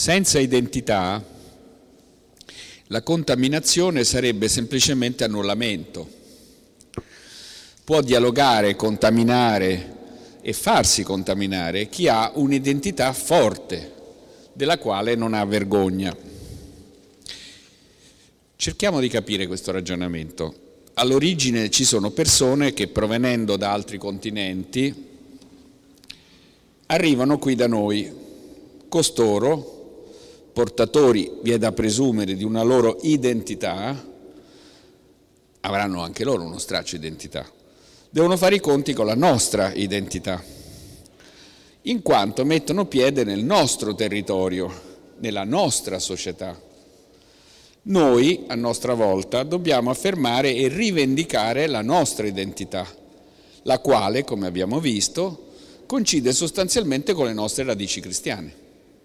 Senza identità la contaminazione sarebbe semplicemente annullamento. Può dialogare, contaminare e farsi contaminare chi ha un'identità forte, della quale non ha vergogna. Cerchiamo di capire questo ragionamento. All'origine ci sono persone che, provenendo da altri continenti, arrivano qui da noi. Costoro, portatori, vi è da presumere, di una loro identità, avranno anche loro uno straccio di identità. Devono fare i conti con la nostra identità, in quanto mettono piede nel nostro territorio, nella nostra società. Noi, a nostra volta, dobbiamo affermare e rivendicare la nostra identità, la quale, come abbiamo visto, coincide sostanzialmente con le nostre radici cristiane.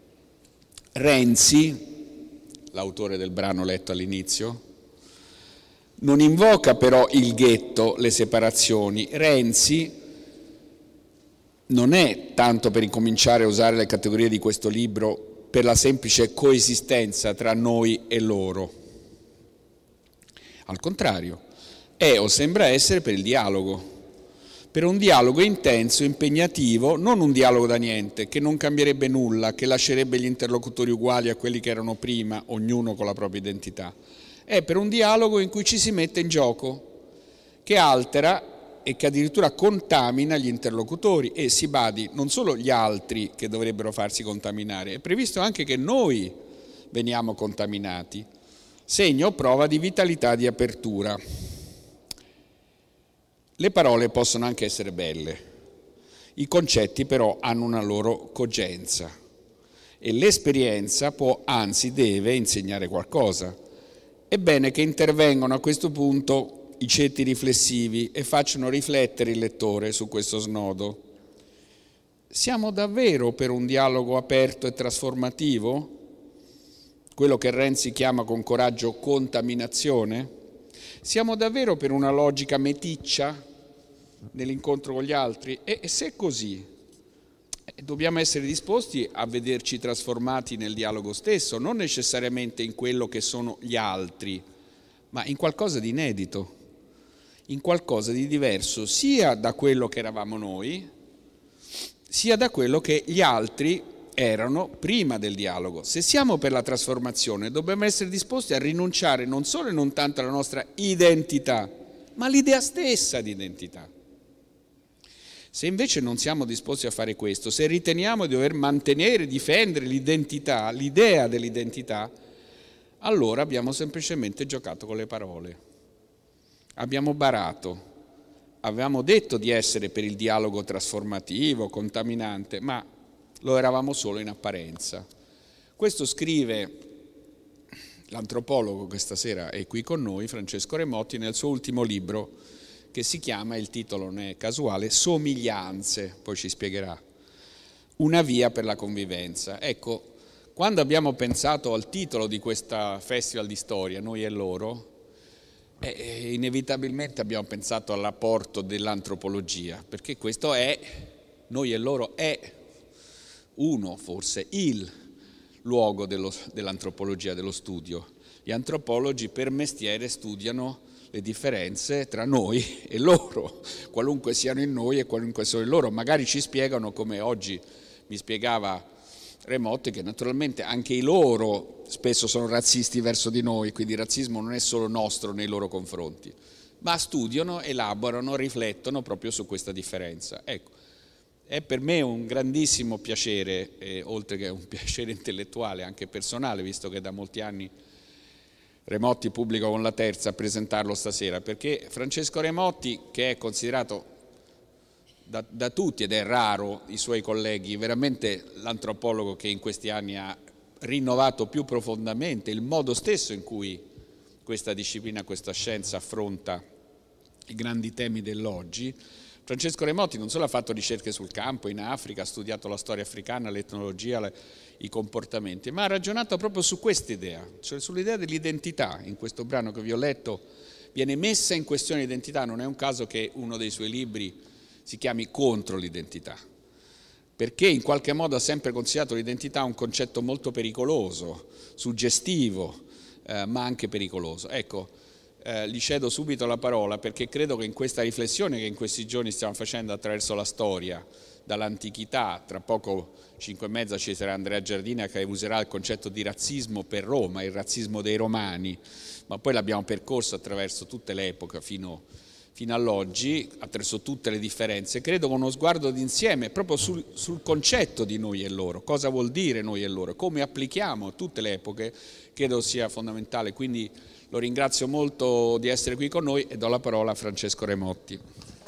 Renzi, l'autore del brano letto all'inizio, non invoca però il ghetto, le separazioni. Renzi non è tanto per incominciare a usare le categorie di questo libro per la semplice coesistenza tra noi e loro. Al contrario, è o sembra essere per il dialogo, per un dialogo intenso, impegnativo, non un dialogo da niente, che non cambierebbe nulla, che lascerebbe gli interlocutori uguali a quelli che erano prima, ognuno con la propria identità. È per un dialogo in cui ci si mette in gioco, che altera e che addirittura contamina gli interlocutori, e si badi, non solo gli altri che dovrebbero farsi contaminare, è previsto anche che noi veniamo contaminati, segno o prova di vitalità, di apertura. Le parole possono anche essere belle, i concetti però hanno una loro cogenza e l'esperienza può, anzi deve, insegnare qualcosa. È bene che intervengano a questo punto i ceti riflessivi e facciano riflettere il lettore su questo snodo. Siamo davvero per un dialogo aperto e trasformativo? Quello che Renzi chiama con coraggio contaminazione? Siamo davvero per una logica meticcia nell'incontro con gli altri? E se è così, dobbiamo essere disposti a vederci trasformati nel dialogo stesso, non necessariamente in quello che sono gli altri, ma in qualcosa di inedito, in qualcosa di diverso, sia da quello che eravamo noi, sia da quello che gli altri erano prima del dialogo. Se siamo per la trasformazione, dobbiamo essere disposti a rinunciare non solo e non tanto alla nostra identità, ma all'idea stessa di identità. Se invece non siamo disposti a fare questo, se riteniamo di dover mantenere, difendere l'identità, l'idea dell'identità, allora abbiamo semplicemente giocato con le parole. Abbiamo barato, avevamo detto di essere per il dialogo trasformativo, contaminante, ma lo eravamo solo in apparenza. Questo scrive l'antropologo che stasera è qui con noi, Francesco Remotti, nel suo ultimo libro, che si chiama, il titolo non è casuale, Somiglianze, poi ci spiegherà, una via per la convivenza. Ecco, quando abbiamo pensato al titolo di questa festival di storia, Noi e loro, inevitabilmente abbiamo pensato all'apporto dell'antropologia, perché questo è, Noi e loro è forse il luogo dell'antropologia, dello studio. Gli antropologi per mestiere studiano le differenze tra noi e loro, qualunque siano in noi e qualunque sono in loro. Magari ci spiegano, come oggi mi spiegava Remotti, che naturalmente anche i loro spesso sono razzisti verso di noi, quindi il razzismo non è solo nostro nei loro confronti, ma studiano, elaborano, riflettono proprio su questa differenza. Ecco, è per me un grandissimo piacere, oltre che un piacere intellettuale, anche personale, visto che da molti anni Remotti pubblica con La Terza, a presentarlo stasera, perché Francesco Remotti, che è considerato da tutti, ed è raro, i suoi colleghi, veramente l'antropologo che in questi anni ha rinnovato più profondamente il modo stesso in cui questa disciplina, questa scienza affronta i grandi temi dell'oggi. Francesco Remotti non solo ha fatto ricerche sul campo, in Africa, ha studiato la storia africana, l'etnologia, i comportamenti, ma ha ragionato proprio su questa idea, cioè sull'idea dell'identità. In questo brano che vi ho letto viene messa in questione l'identità, non è un caso che uno dei suoi libri si chiami Contro l'identità. perché in qualche modo ha sempre considerato l'identità un concetto molto pericoloso, suggestivo, ma anche pericoloso. Ecco, gli cedo subito la parola perché credo che in questa riflessione che in questi giorni stiamo facendo attraverso la storia, dall'antichità, tra poco 5:30 ci sarà Andrea Giardina che userà il concetto di razzismo per Roma, il razzismo dei romani, ma poi l'abbiamo percorso attraverso tutte le epoche fino all'oggi, attraverso tutte le differenze, credo con uno sguardo d'insieme proprio sul concetto di noi e loro, cosa vuol dire noi e loro, come applichiamo tutte le epoche, credo sia fondamentale. Quindi lo ringrazio molto di essere qui con noi e do la parola a Francesco Remotti.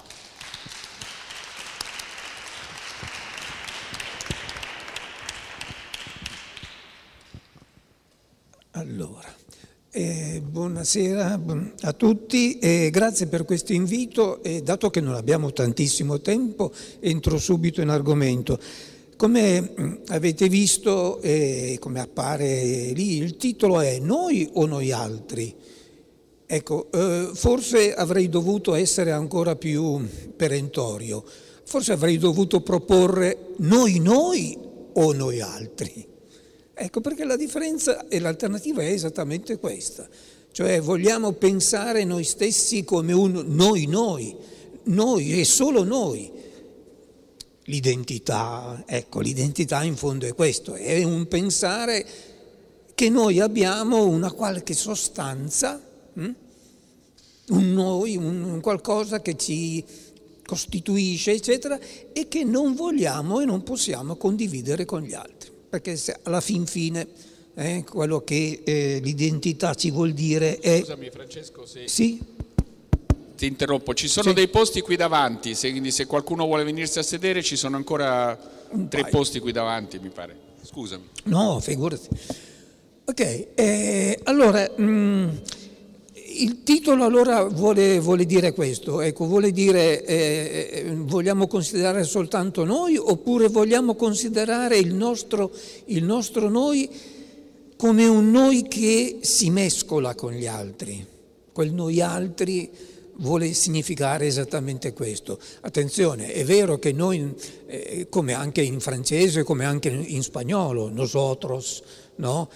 Allora, buonasera a tutti e grazie per questo invito e dato che non abbiamo tantissimo tempo entro subito in argomento. Come avete visto e come appare lì, il titolo è Noi o noi altri? Ecco, forse avrei dovuto essere ancora più perentorio, forse avrei dovuto proporre noi o noi altri. Ecco, perché la differenza e l'alternativa è esattamente questa, cioè vogliamo pensare noi stessi come un noi e solo noi. L'identità, ecco, l'identità in fondo è questo, è un pensare che noi abbiamo una qualche sostanza, un noi, un qualcosa che ci costituisce, eccetera, e che non vogliamo e non possiamo condividere con gli altri. Perché alla fin fine quello che l'identità ci vuol dire è... Scusami Francesco, se... Sì? Ti interrompo, ci sono dei posti qui davanti, quindi se qualcuno vuole venirsi a sedere ci sono ancora 3 posti qui davanti, mi pare. Scusami. No, figurati. Ok, allora, il titolo allora vuole dire questo, ecco, vuole dire vogliamo considerare soltanto noi oppure vogliamo considerare il nostro noi come un noi che si mescola con gli altri, quel noi altri vuole significare esattamente questo. Attenzione, è vero che noi, come anche in francese, come anche in spagnolo, nosotros, no?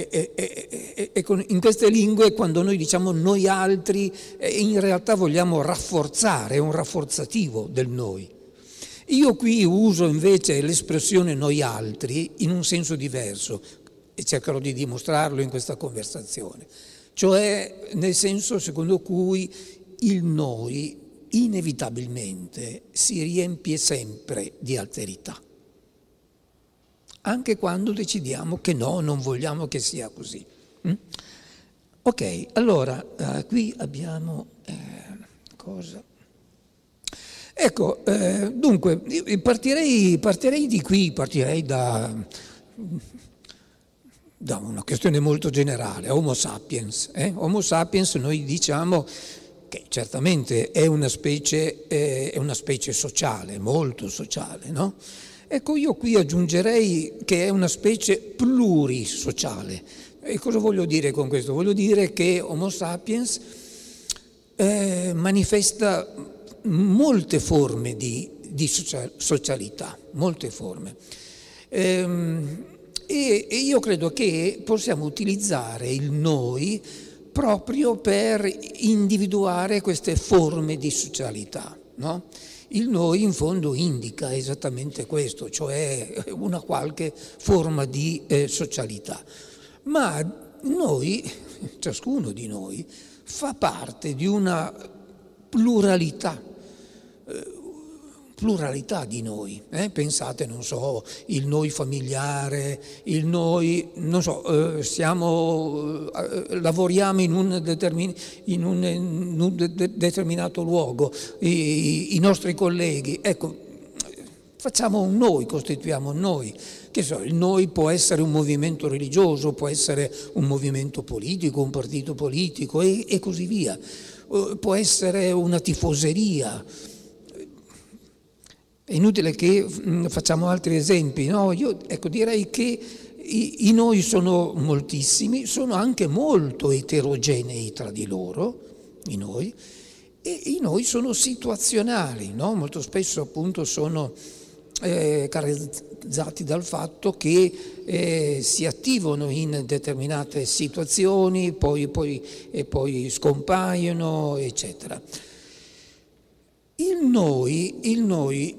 In queste lingue quando noi diciamo noi altri, in realtà vogliamo rafforzare, è un rafforzativo del noi. Io qui uso invece l'espressione noi altri in un senso diverso e cercherò di dimostrarlo in questa conversazione, cioè nel senso secondo cui il noi inevitabilmente si riempie sempre di alterità, anche quando decidiamo che no, non vogliamo che sia così. Ok, allora qui abbiamo cosa? Ecco, dunque partirei di qui, partirei da una questione molto generale, Homo sapiens. Homo sapiens noi diciamo che certamente è una specie sociale, molto sociale, no? Ecco, io qui aggiungerei che è una specie plurisociale. E cosa voglio dire con questo? Voglio dire che Homo sapiens manifesta molte forme di socialità, molte forme. E io credo che possiamo utilizzare il noi proprio per individuare queste forme di socialità, no? Il noi in fondo indica esattamente questo, cioè una qualche forma di socialità. Ma noi, ciascuno di noi, fa parte di una pluralità di noi. Pensate, non so, il noi familiare, il noi, non so, lavoriamo in un determinato luogo, i nostri colleghi, ecco, facciamo un noi, costituiamo un noi. Che so, il noi può essere un movimento religioso, può essere un movimento politico, un partito politico e così via. Può essere una tifoseria. È inutile che facciamo altri esempi, no? Io direi che i noi sono moltissimi, sono anche molto eterogenei tra di loro, i noi, e i noi sono situazionali, no? Molto spesso appunto sono caratterizzati dal fatto che si attivano in determinate situazioni, poi scompaiono, eccetera. Il noi,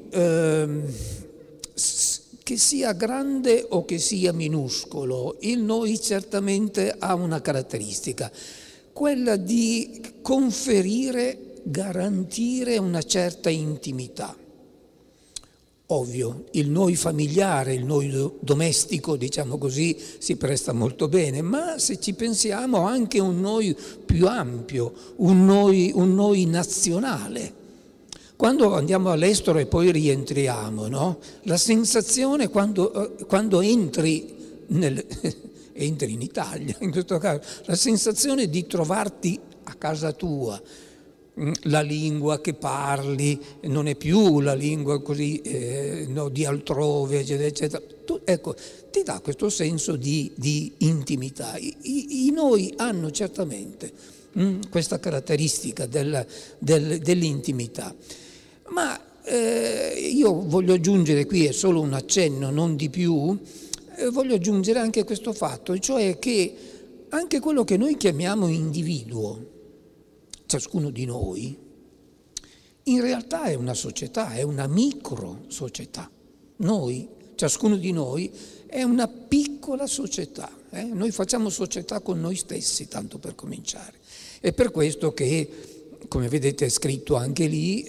che sia grande o che sia minuscolo, il noi certamente ha una caratteristica, quella di conferire, garantire una certa intimità. Ovvio, il noi familiare, il noi domestico, diciamo così, si presta molto bene, ma se ci pensiamo anche un noi più ampio, un noi nazionale. Quando andiamo all'estero e poi rientriamo, no? La sensazione quando entri in Italia, in questo caso, la sensazione di trovarti a casa tua, la lingua che parli non è più la lingua così di altrove, eccetera, eccetera. Ecco, ti dà questo senso di intimità. I noi hanno certamente questa caratteristica dell'intimità. Ma io voglio aggiungere, qui è solo un accenno, non di più, voglio aggiungere anche questo fatto, cioè che anche quello che noi chiamiamo individuo, ciascuno di noi, in realtà è una società, è una micro società. Noi, ciascuno di noi, è una piccola società. Noi facciamo società con noi stessi, tanto per cominciare. È per questo che, come vedete è scritto anche lì,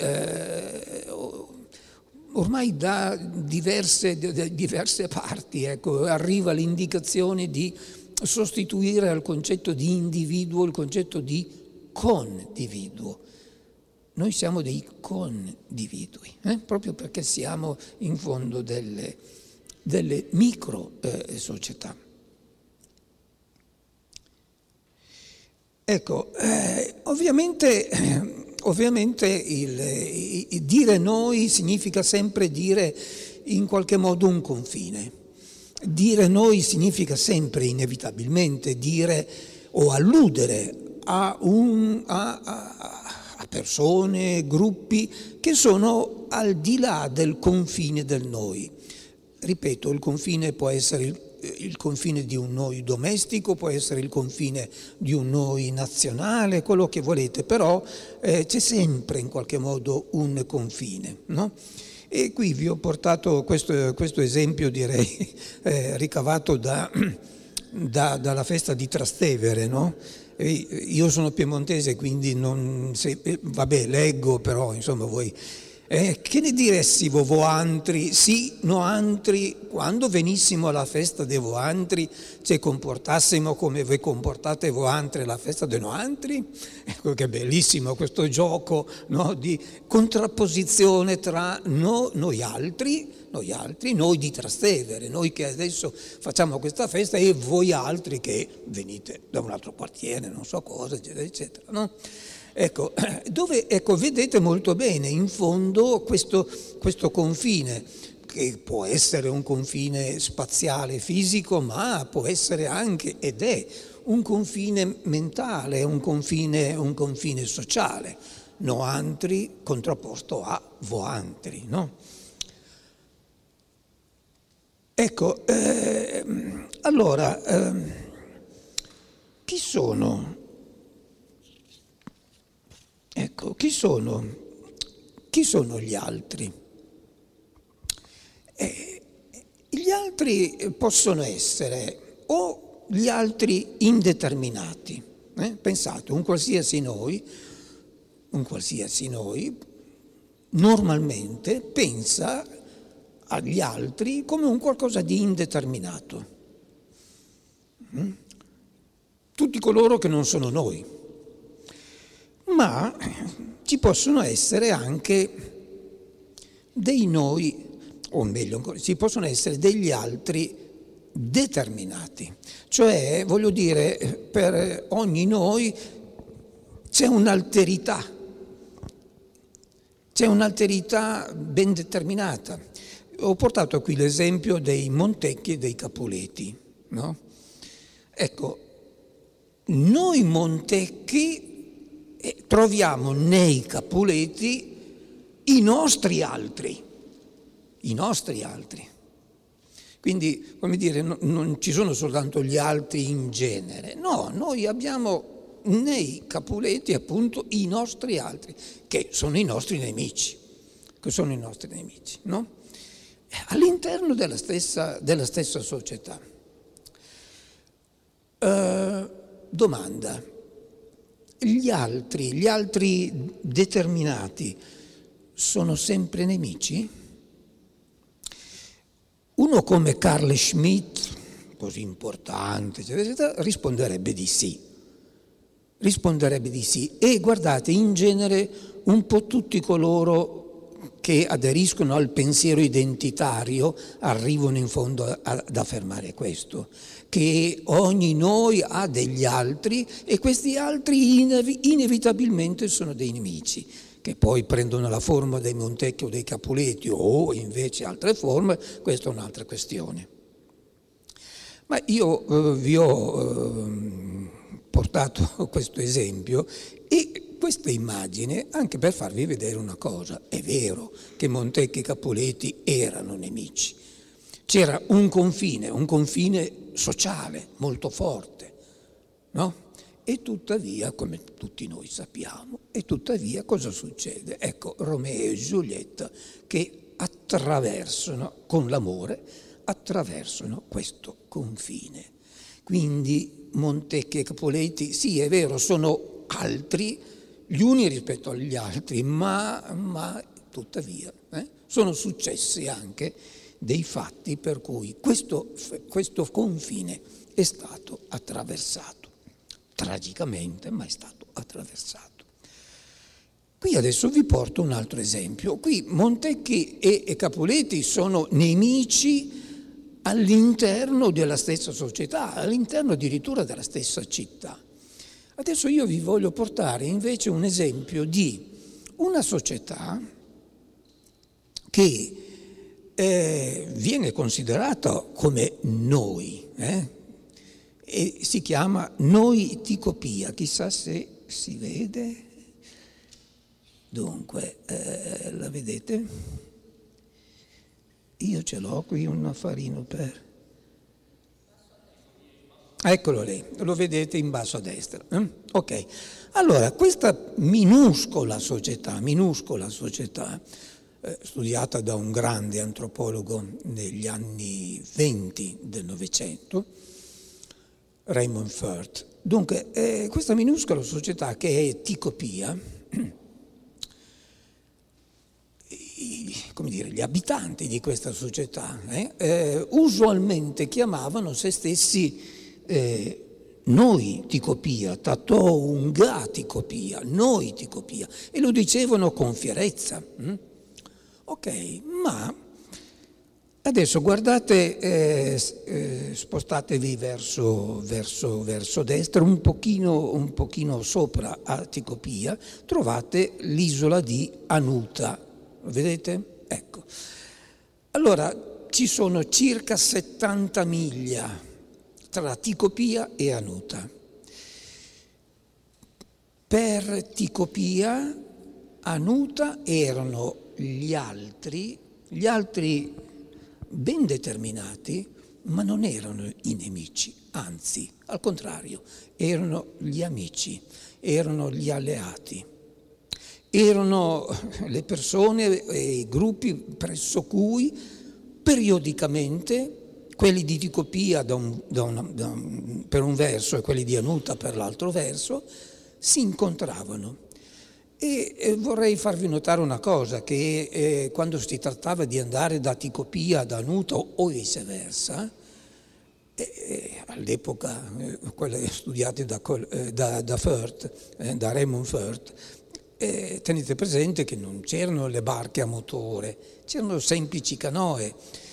ormai da diverse parti arriva l'indicazione di sostituire al concetto di individuo il concetto di condividuo. Noi siamo dei condividui, proprio perché siamo in fondo delle micro società. Ecco, ovviamente il dire noi significa sempre dire in qualche modo un confine. Dire noi significa sempre inevitabilmente dire o alludere a persone, gruppi che sono al di là del confine del noi. Ripeto, il confine può essere il confine di un noi domestico, può essere il confine di un noi nazionale, quello che volete, però c'è sempre in qualche modo un confine, no? E qui vi ho portato questo esempio, direi, ricavato dalla festa di Trastevere, no? Io sono piemontese, quindi leggo, però insomma voi... che ne diresti vo antri, sì, no antri, quando venissimo alla festa de vo antri, ci comportassimo come voi comportate vo antri alla festa de no antri? Ecco che bellissimo questo gioco, no, di contrapposizione tra noi altri, noi di Trastevere, noi che adesso facciamo questa festa e voi altri che venite da un altro quartiere, non so cosa, eccetera, eccetera, no? Ecco, vedete molto bene in fondo questo confine, che può essere un confine spaziale, fisico, ma può essere anche, ed è, un confine mentale, un confine sociale. No antri contrapposto a vo antri, no? Ecco, allora, chi sono? Ecco, chi sono gli altri? Gli altri possono essere o gli altri indeterminati. Pensate, un qualsiasi noi normalmente pensa agli altri come un qualcosa di indeterminato. Tutti coloro che non sono noi. Ma ci possono essere anche dei noi, o meglio ancora, ci possono essere degli altri determinati. Cioè, voglio dire, per ogni noi c'è un'alterità ben determinata. Ho portato qui l'esempio dei Montecchi e dei Capuleti, no? Ecco, noi Montecchi troviamo nei Capuleti i nostri altri, i nostri altri. Quindi, come dire, non ci sono soltanto gli altri in genere, no, noi abbiamo nei Capuletti appunto i nostri altri, che sono i nostri nemici, no? All'interno della stessa società. Domanda: gli altri determinati sono sempre nemici? Uno come Carl Schmitt, così importante, eccetera, risponderebbe di sì. E guardate, in genere un po' tutti coloro che aderiscono al pensiero identitario arrivano in fondo ad affermare questo, che ogni noi ha degli altri e questi altri inevitabilmente sono dei nemici, che poi prendono la forma dei Montecchi o dei Capuletti o invece altre forme, questa è un'altra questione. Ma io vi ho portato questo esempio e questa immagine anche per farvi vedere una cosa. È vero che Montecchi e Capuletti erano nemici. C'era un confine sociale molto forte, no? E tuttavia, come tutti noi sappiamo, cosa succede? Ecco, Romeo e Giulietta che con l'amore, attraversano questo confine. Quindi Montecchi e Capuletti, sì, è vero, sono altri, gli uni rispetto agli altri, ma tuttavia sono successi anche dei fatti per cui questo confine è stato attraversato. Tragicamente, ma è stato attraversato. Qui adesso vi porto un altro esempio. Qui Montecchi e Capuletti sono nemici all'interno della stessa società, all'interno addirittura della stessa città. Adesso io vi voglio portare invece un esempio di una società che viene considerata come noi, e si chiama Noeticopia, chissà se si vede. Dunque, la vedete? Io ce l'ho qui un affarino per... Eccolo lì, lo vedete in basso a destra. Ok, allora questa minuscola società, studiata da un grande antropologo negli anni 20 del Novecento, Raymond Firth. Dunque, questa minuscola società che è Ticopia, come dire, gli abitanti di questa società usualmente chiamavano se stessi noi Ticopia, Tatò Unga Ticopia, noi Ticopia, e lo dicevano con fierezza. Ok, ma adesso guardate, spostatevi verso destra, un pochino sopra a Ticopia, trovate l'isola di Anuta. Lo vedete? Ecco. Allora, ci sono circa 70 miglia tra Ticopia e Anuta. Per Ticopia, Anuta erano gli altri ben determinati, ma non erano i nemici, anzi, al contrario, erano gli amici, erano gli alleati. Erano le persone e i gruppi presso cui periodicamente quelli di Ticopia per un verso e quelli di Anuta per l'altro verso si incontravano. E vorrei farvi notare una cosa, che quando si trattava di andare da Ticopia ad Anuta o viceversa, all'epoca quelle studiate da Raymond Firth, tenete presente che non c'erano le barche a motore, c'erano semplici canoe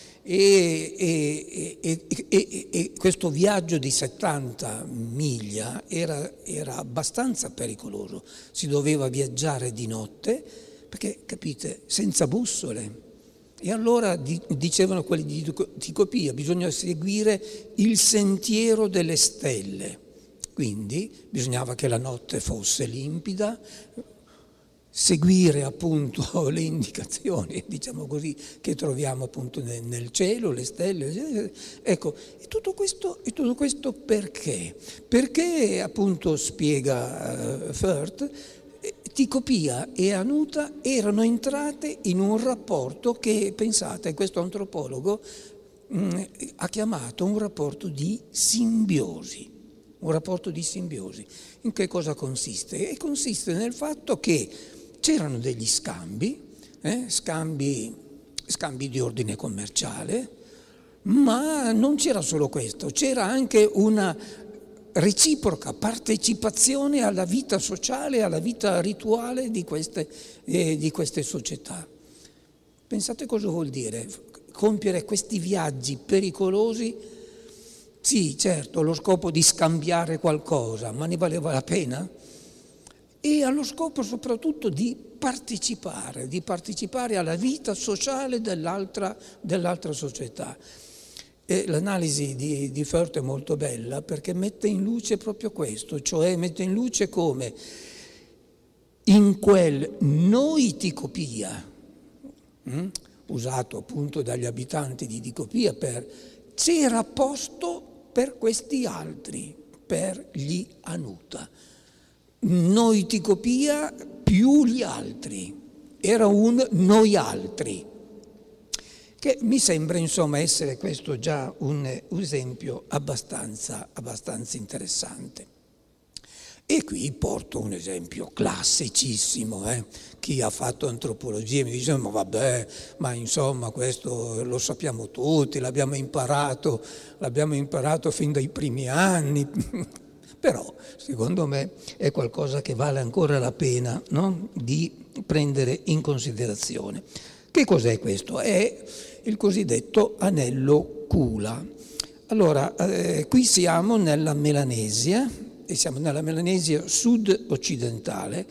e questo viaggio di 70 miglia era abbastanza pericoloso, si doveva viaggiare di notte perché, capite, senza bussole. E allora dicevano quelli di Ticopia, bisogna seguire il sentiero delle stelle, quindi bisognava che la notte fosse limpida, seguire appunto le indicazioni, diciamo così, che troviamo appunto nel cielo, le stelle. Ecco, e tutto questo perché? Perché appunto spiega Furt, Ticopia e Anuta erano entrate in un rapporto che, pensate, questo antropologo ha chiamato un rapporto di simbiosi. Un rapporto di simbiosi. In che cosa consiste? E consiste nel fatto che c'erano degli scambi di ordine commerciale, ma non c'era solo questo, c'era anche una reciproca partecipazione alla vita sociale, alla vita rituale di queste società. Pensate cosa vuol dire compiere questi viaggi pericolosi? Sì, certo, allo scopo di scambiare qualcosa, ma ne valeva la pena? E allo scopo soprattutto di partecipare alla vita sociale dell'altra società. E l'analisi di Furt è molto bella perché mette in luce proprio questo, cioè mette in luce come in quel Ticopia, usato appunto dagli abitanti di Ticopia c'era posto per questi altri, per gli Anuta. Ticopia più gli altri, era un noi altri, che mi sembra insomma essere questo già un esempio abbastanza interessante. E qui porto un esempio classicissimo, Chi ha fatto antropologia mi dice ma vabbè, ma insomma questo lo sappiamo tutti, l'abbiamo imparato fin dai primi anni. Però, secondo me, è qualcosa che vale ancora la pena, no? Di prendere in considerazione. Che cos'è questo? È il cosiddetto anello Kula. Allora, qui siamo nella Melanesia, e siamo nella Melanesia sud-occidentale.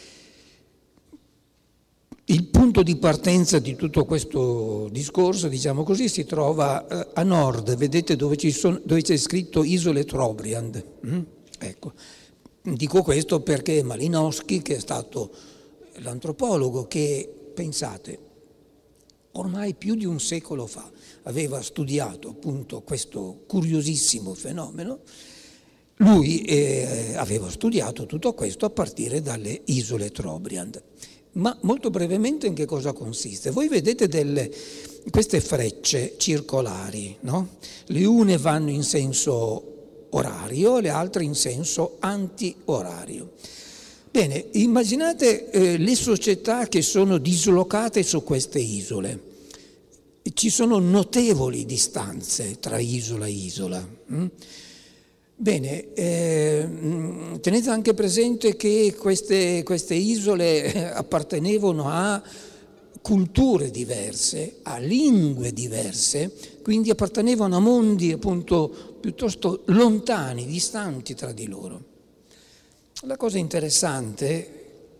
Il punto di partenza di tutto questo discorso, diciamo così, si trova a nord, vedete dove c'è scritto Isole Trobriand. Ecco, dico questo perché Malinowski, che è stato l'antropologo che, pensate, ormai più di un secolo fa aveva studiato appunto questo curiosissimo fenomeno, lui aveva studiato tutto questo a partire dalle Isole Trobriand. Ma molto brevemente in che cosa consiste? Voi vedete queste frecce circolari, no? Le une vanno in senso orario, le altre in senso anti-orario. Bene, immaginate le società che sono dislocate su queste isole. Ci sono notevoli distanze tra isola e isola. Bene, tenete anche presente che queste isole appartenevano a culture diverse, a lingue diverse, quindi appartenevano a mondi appunto piuttosto lontani, distanti tra di loro. La cosa interessante,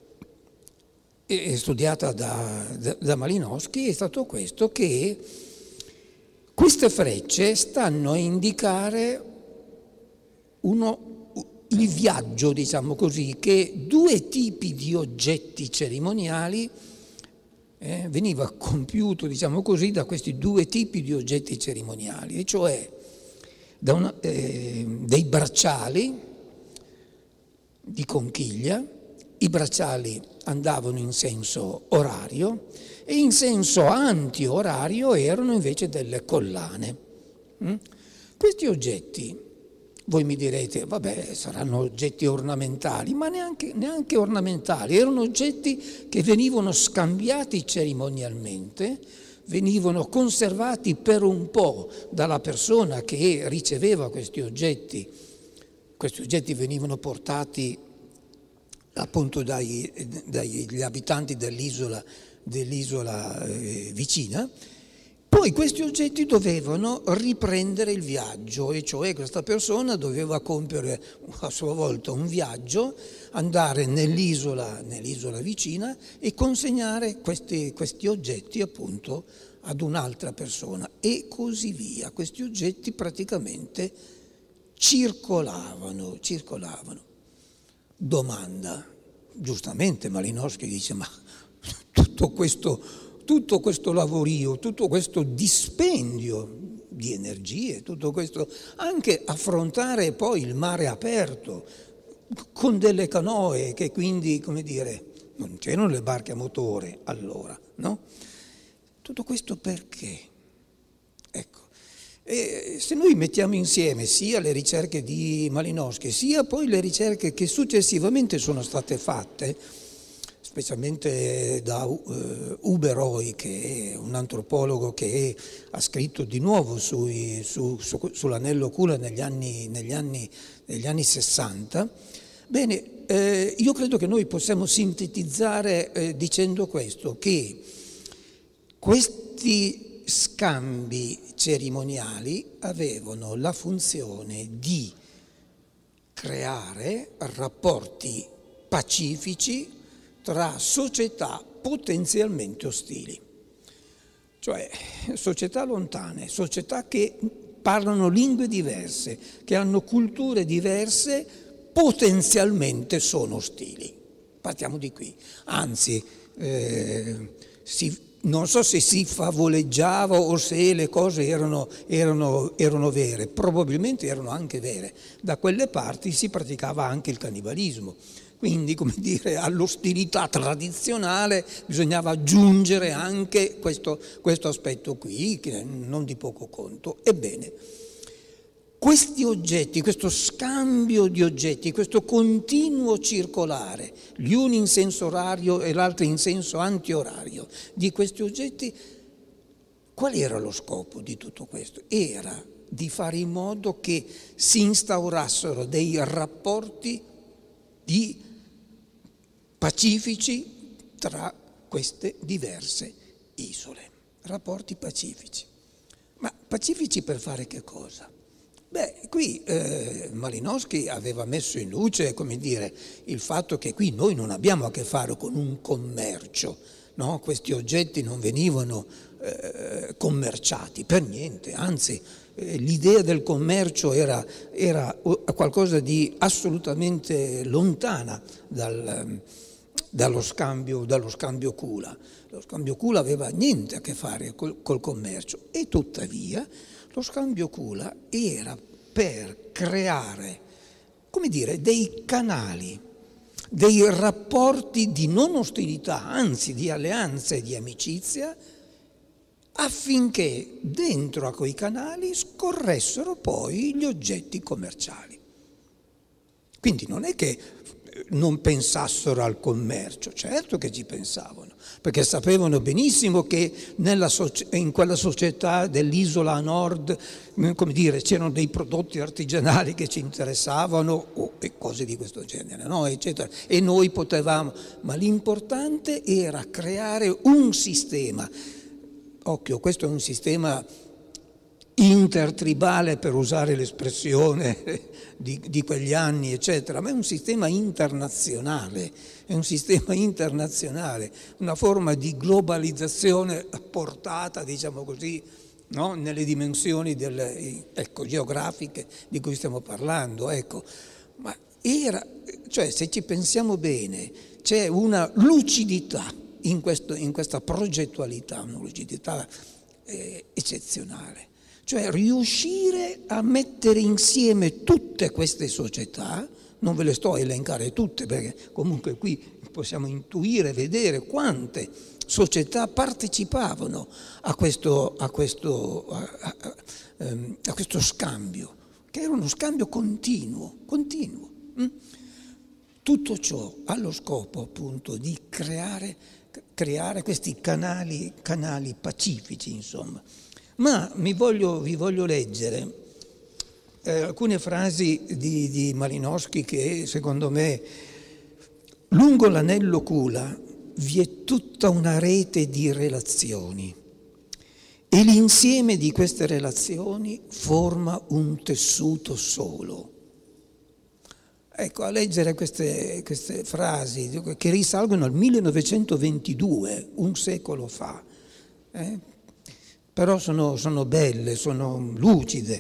studiata da Malinowski, è stato questo, che queste frecce stanno a indicare il viaggio, diciamo così, che due tipi di oggetti cerimoniali veniva compiuto, diciamo così, da questi due tipi di oggetti cerimoniali, e cioè dei bracciali di conchiglia. I bracciali andavano in senso orario e in senso anti-orario erano invece delle collane. Questi oggetti, voi mi direte, vabbè, saranno oggetti ornamentali, ma neanche ornamentali, erano oggetti che venivano scambiati cerimonialmente, venivano conservati per un po' dalla persona che riceveva questi oggetti. Questi oggetti venivano portati appunto dagli abitanti dell'isola vicina. Poi questi oggetti dovevano riprendere il viaggio, e cioè questa persona doveva compiere a sua volta un viaggio, andare nell'isola vicina e consegnare questi oggetti appunto ad un'altra persona, e così via. Questi oggetti praticamente circolavano. Domanda: giustamente Malinowski dice, ma tutto questo lavorio, tutto questo dispendio di energie, tutto questo, anche affrontare poi il mare aperto con delle canoe che quindi, come dire, non c'erano le barche a motore allora, no? Tutto questo perché? Ecco, e se noi mettiamo insieme sia le ricerche di Malinowski, sia poi le ricerche che successivamente sono state fatte, specialmente da Uberoi, che è un antropologo che ha scritto di nuovo sull'anello Kula negli anni 60, bene, io credo che noi possiamo sintetizzare dicendo questo, che questi scambi cerimoniali avevano la funzione di creare rapporti pacifici tra società potenzialmente ostili, cioè società lontane, società che parlano lingue diverse, che hanno culture diverse, potenzialmente sono ostili. Partiamo di qui. Anzi, non so se si favoleggiava o se le cose erano vere, probabilmente erano anche vere. Da quelle parti si praticava anche il cannibalismo. Quindi, come dire, all'ostilità tradizionale bisognava aggiungere anche questo aspetto qui, che non di poco conto. Ebbene, questi oggetti, questo scambio di oggetti, questo continuo circolare, gli uni in senso orario e l'altro in senso antiorario, di questi oggetti, qual era lo scopo di tutto questo? Era di fare in modo che si instaurassero dei rapporti pacifici tra queste diverse isole. Rapporti pacifici. Ma pacifici per fare che cosa? Beh, qui Malinowski aveva messo in luce, come dire, il fatto che qui noi non abbiamo a che fare con un commercio, no? Questi oggetti non venivano commerciati per niente, anzi l'idea del commercio era qualcosa di assolutamente lontana dallo scambio Kula. Lo scambio Kula aveva niente a che fare col commercio e tuttavia lo scambio Kula era per creare, come dire, dei canali, dei rapporti di non ostilità, anzi di alleanza e di amicizia, affinché dentro a quei canali scorressero poi gli oggetti commerciali. Quindi non è che non pensassero al commercio, certo che ci pensavano, perché sapevano benissimo che in quella società dell'isola a nord, come dire, c'erano dei prodotti artigianali che ci interessavano e cose di questo genere, no? Eccetera. E noi potevamo, ma l'importante era creare un sistema. Occhio, questo è un sistema intertribale, per usare l'espressione di quegli anni, eccetera, ma è un sistema internazionale, una forma di globalizzazione portata, diciamo così, no? Nelle dimensioni geografiche di cui stiamo parlando, ecco. Ma cioè, se ci pensiamo bene, c'è una lucidità in questa progettualità, una lucidità eccezionale. Cioè riuscire a mettere insieme tutte queste società, non ve le sto a elencare tutte perché comunque qui possiamo intuire, vedere quante società partecipavano a questo scambio, che era uno scambio continuo. Tutto ciò ha lo scopo appunto di creare questi canali pacifici, insomma. Ma vi voglio leggere alcune frasi di Malinowski che secondo me lungo l'anello Kula vi è tutta una rete di relazioni e l'insieme di queste relazioni forma un tessuto solo. Ecco, a leggere queste frasi che risalgono al 1922, un secolo fa, però sono belle, sono lucide.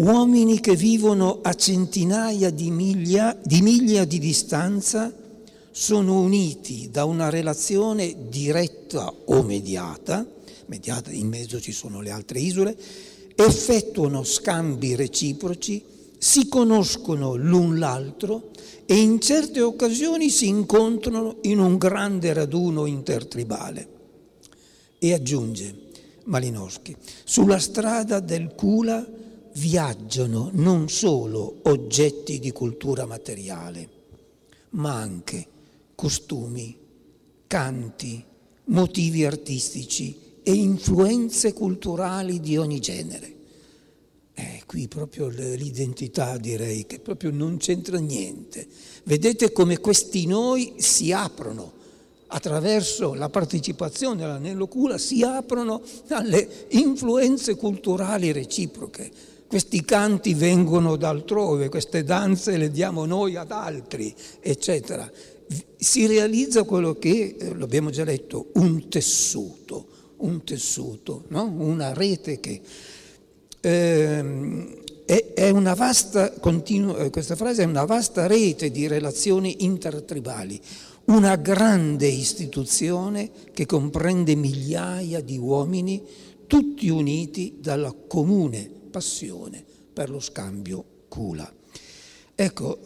Uomini che vivono a centinaia di miglia di distanza sono uniti da una relazione diretta o mediata, in mezzo ci sono le altre isole, effettuano scambi reciproci, si conoscono l'un l'altro e in certe occasioni si incontrano in un grande raduno intertribale. E aggiunge Malinowski, sulla strada del Kula viaggiano non solo oggetti di cultura materiale, ma anche costumi, canti, motivi artistici e influenze culturali di ogni genere. Qui proprio l'identità, direi che proprio non c'entra niente. Vedete come questi noi si aprono attraverso la partecipazione all'anello Kula, si aprono alle influenze culturali reciproche. Questi canti vengono da altrove, queste danze le diamo noi ad altri, eccetera. Si realizza quello che, l'abbiamo già detto, un tessuto, no? Una rete che è una vasta, questa frase è una vasta rete di relazioni intertribali, una grande istituzione che comprende migliaia di uomini tutti uniti dalla comune passione per lo scambio Kula. Ecco,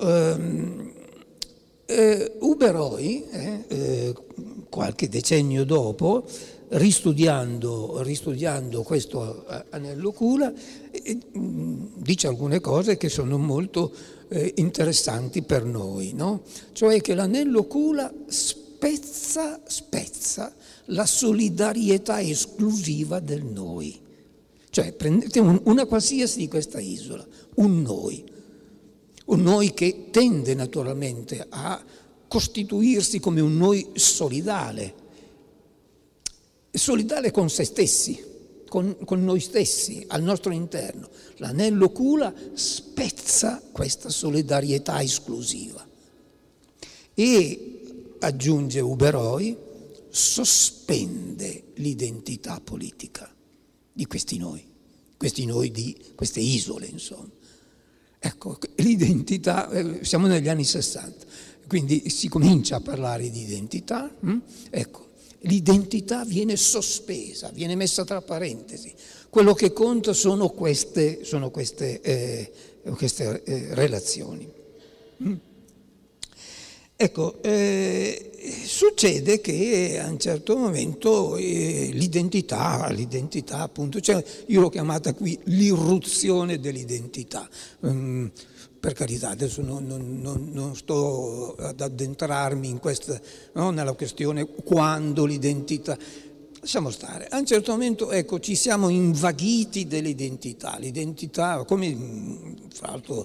Uberoi, qualche decennio dopo, ristudiando questo anello Kula, dice alcune cose che sono molto interessanti per noi, no? Cioè che l'anello Kula spezza la solidarietà esclusiva del noi. Cioè prendete una qualsiasi di questa isola, un noi che tende naturalmente a costituirsi come un noi solidale con se stessi, con noi stessi, al nostro interno. L'anello Kula spezza questa solidarietà esclusiva e, aggiunge Uberoi, sospende l'identità politica di questi noi di queste isole, insomma. Ecco, l'identità, siamo negli anni 60, quindi si comincia a parlare di identità, ecco. L'identità viene sospesa, viene messa tra parentesi. Quello che conta sono queste relazioni. Ecco, succede che a un certo momento l'identità appunto, cioè io l'ho chiamata qui l'irruzione dell'identità. Per carità, adesso non sto ad addentrarmi in questa, no, nella questione quando l'identità. Lasciamo stare. A un certo momento, ecco, ci siamo invaghiti dell'identità. L'identità, come fra l'altro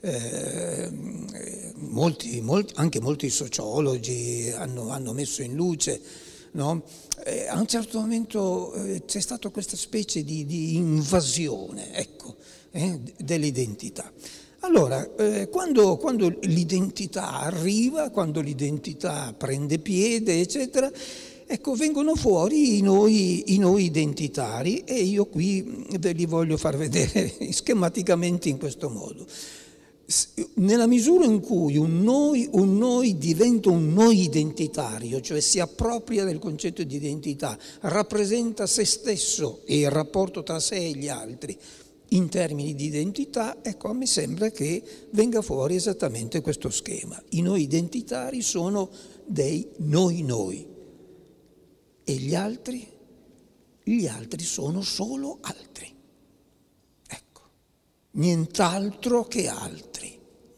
anche molti sociologi hanno messo in luce, no? A un certo momento c'è stata questa specie di invasione, ecco, dell'identità. Allora, quando l'identità arriva, quando l'identità prende piede, eccetera, ecco, vengono fuori i noi identitari e io qui ve li voglio far vedere schematicamente in questo modo. Nella misura in cui un noi diventa un noi identitario, cioè si appropria del concetto di identità, rappresenta se stesso e il rapporto tra sé e gli altri, in termini di identità, ecco, a me sembra che venga fuori esattamente questo schema. I noi identitari sono dei noi e gli altri sono solo altri. Ecco, nient'altro che altri.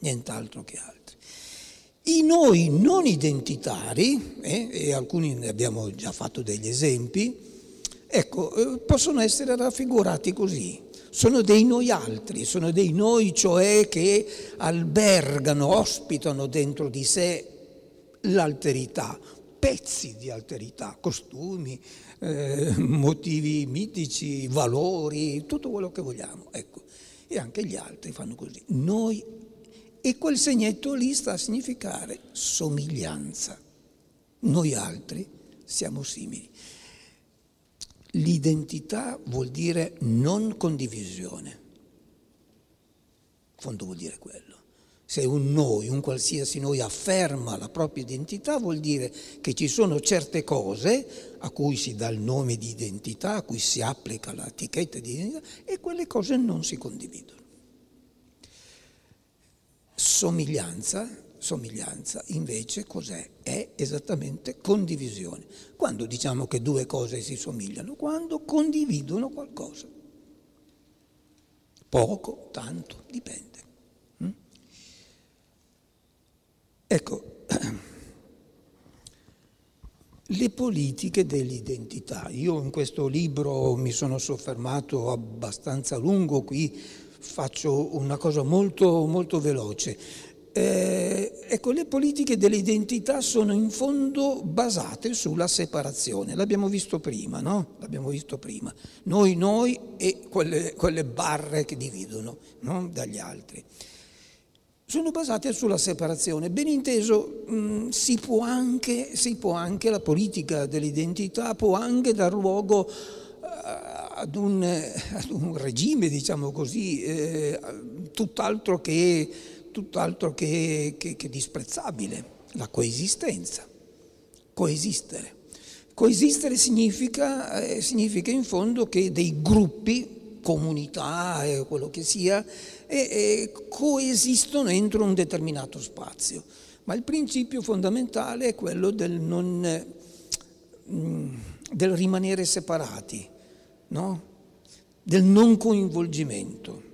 I noi non identitari, e alcuni ne abbiamo già fatto degli esempi, ecco, possono essere raffigurati così. Sono dei noi altri, sono dei noi cioè che albergano, ospitano dentro di sé l'alterità, pezzi di alterità, costumi, motivi mitici, valori, tutto quello che vogliamo. Ecco. E anche gli altri fanno così. Noi, e quel segnetto lì sta a significare somiglianza. Noi altri siamo simili. L'identità vuol dire non condivisione. In fondo vuol dire quello. Se un noi, un qualsiasi noi afferma la propria identità, vuol dire che ci sono certe cose a cui si dà il nome di identità, a cui si applica l'etichetta di identità, e quelle cose non si condividono. Somiglianza invece cos'è? È esattamente condivisione. Quando diciamo che due cose si somigliano? Quando condividono qualcosa. Poco, tanto, dipende. Ecco, le politiche dell'identità. Io in questo libro mi sono soffermato abbastanza a lungo, qui faccio una cosa molto, molto veloce. Ecco, le politiche dell'identità sono in fondo basate sulla separazione. L'abbiamo visto prima, no? L'abbiamo visto prima. Noi e quelle barre che dividono, no? Dagli altri. Sono basate sulla separazione. Ben inteso, si può anche, la politica dell'identità può anche dar luogo ad un regime, diciamo così, tutt'altro che disprezzabile, la coesistenza, coesistere. Coesistere significa in fondo che dei gruppi, comunità, quello che sia, coesistono entro un determinato spazio. Ma il principio fondamentale è quello del rimanere separati, no? Del non coinvolgimento.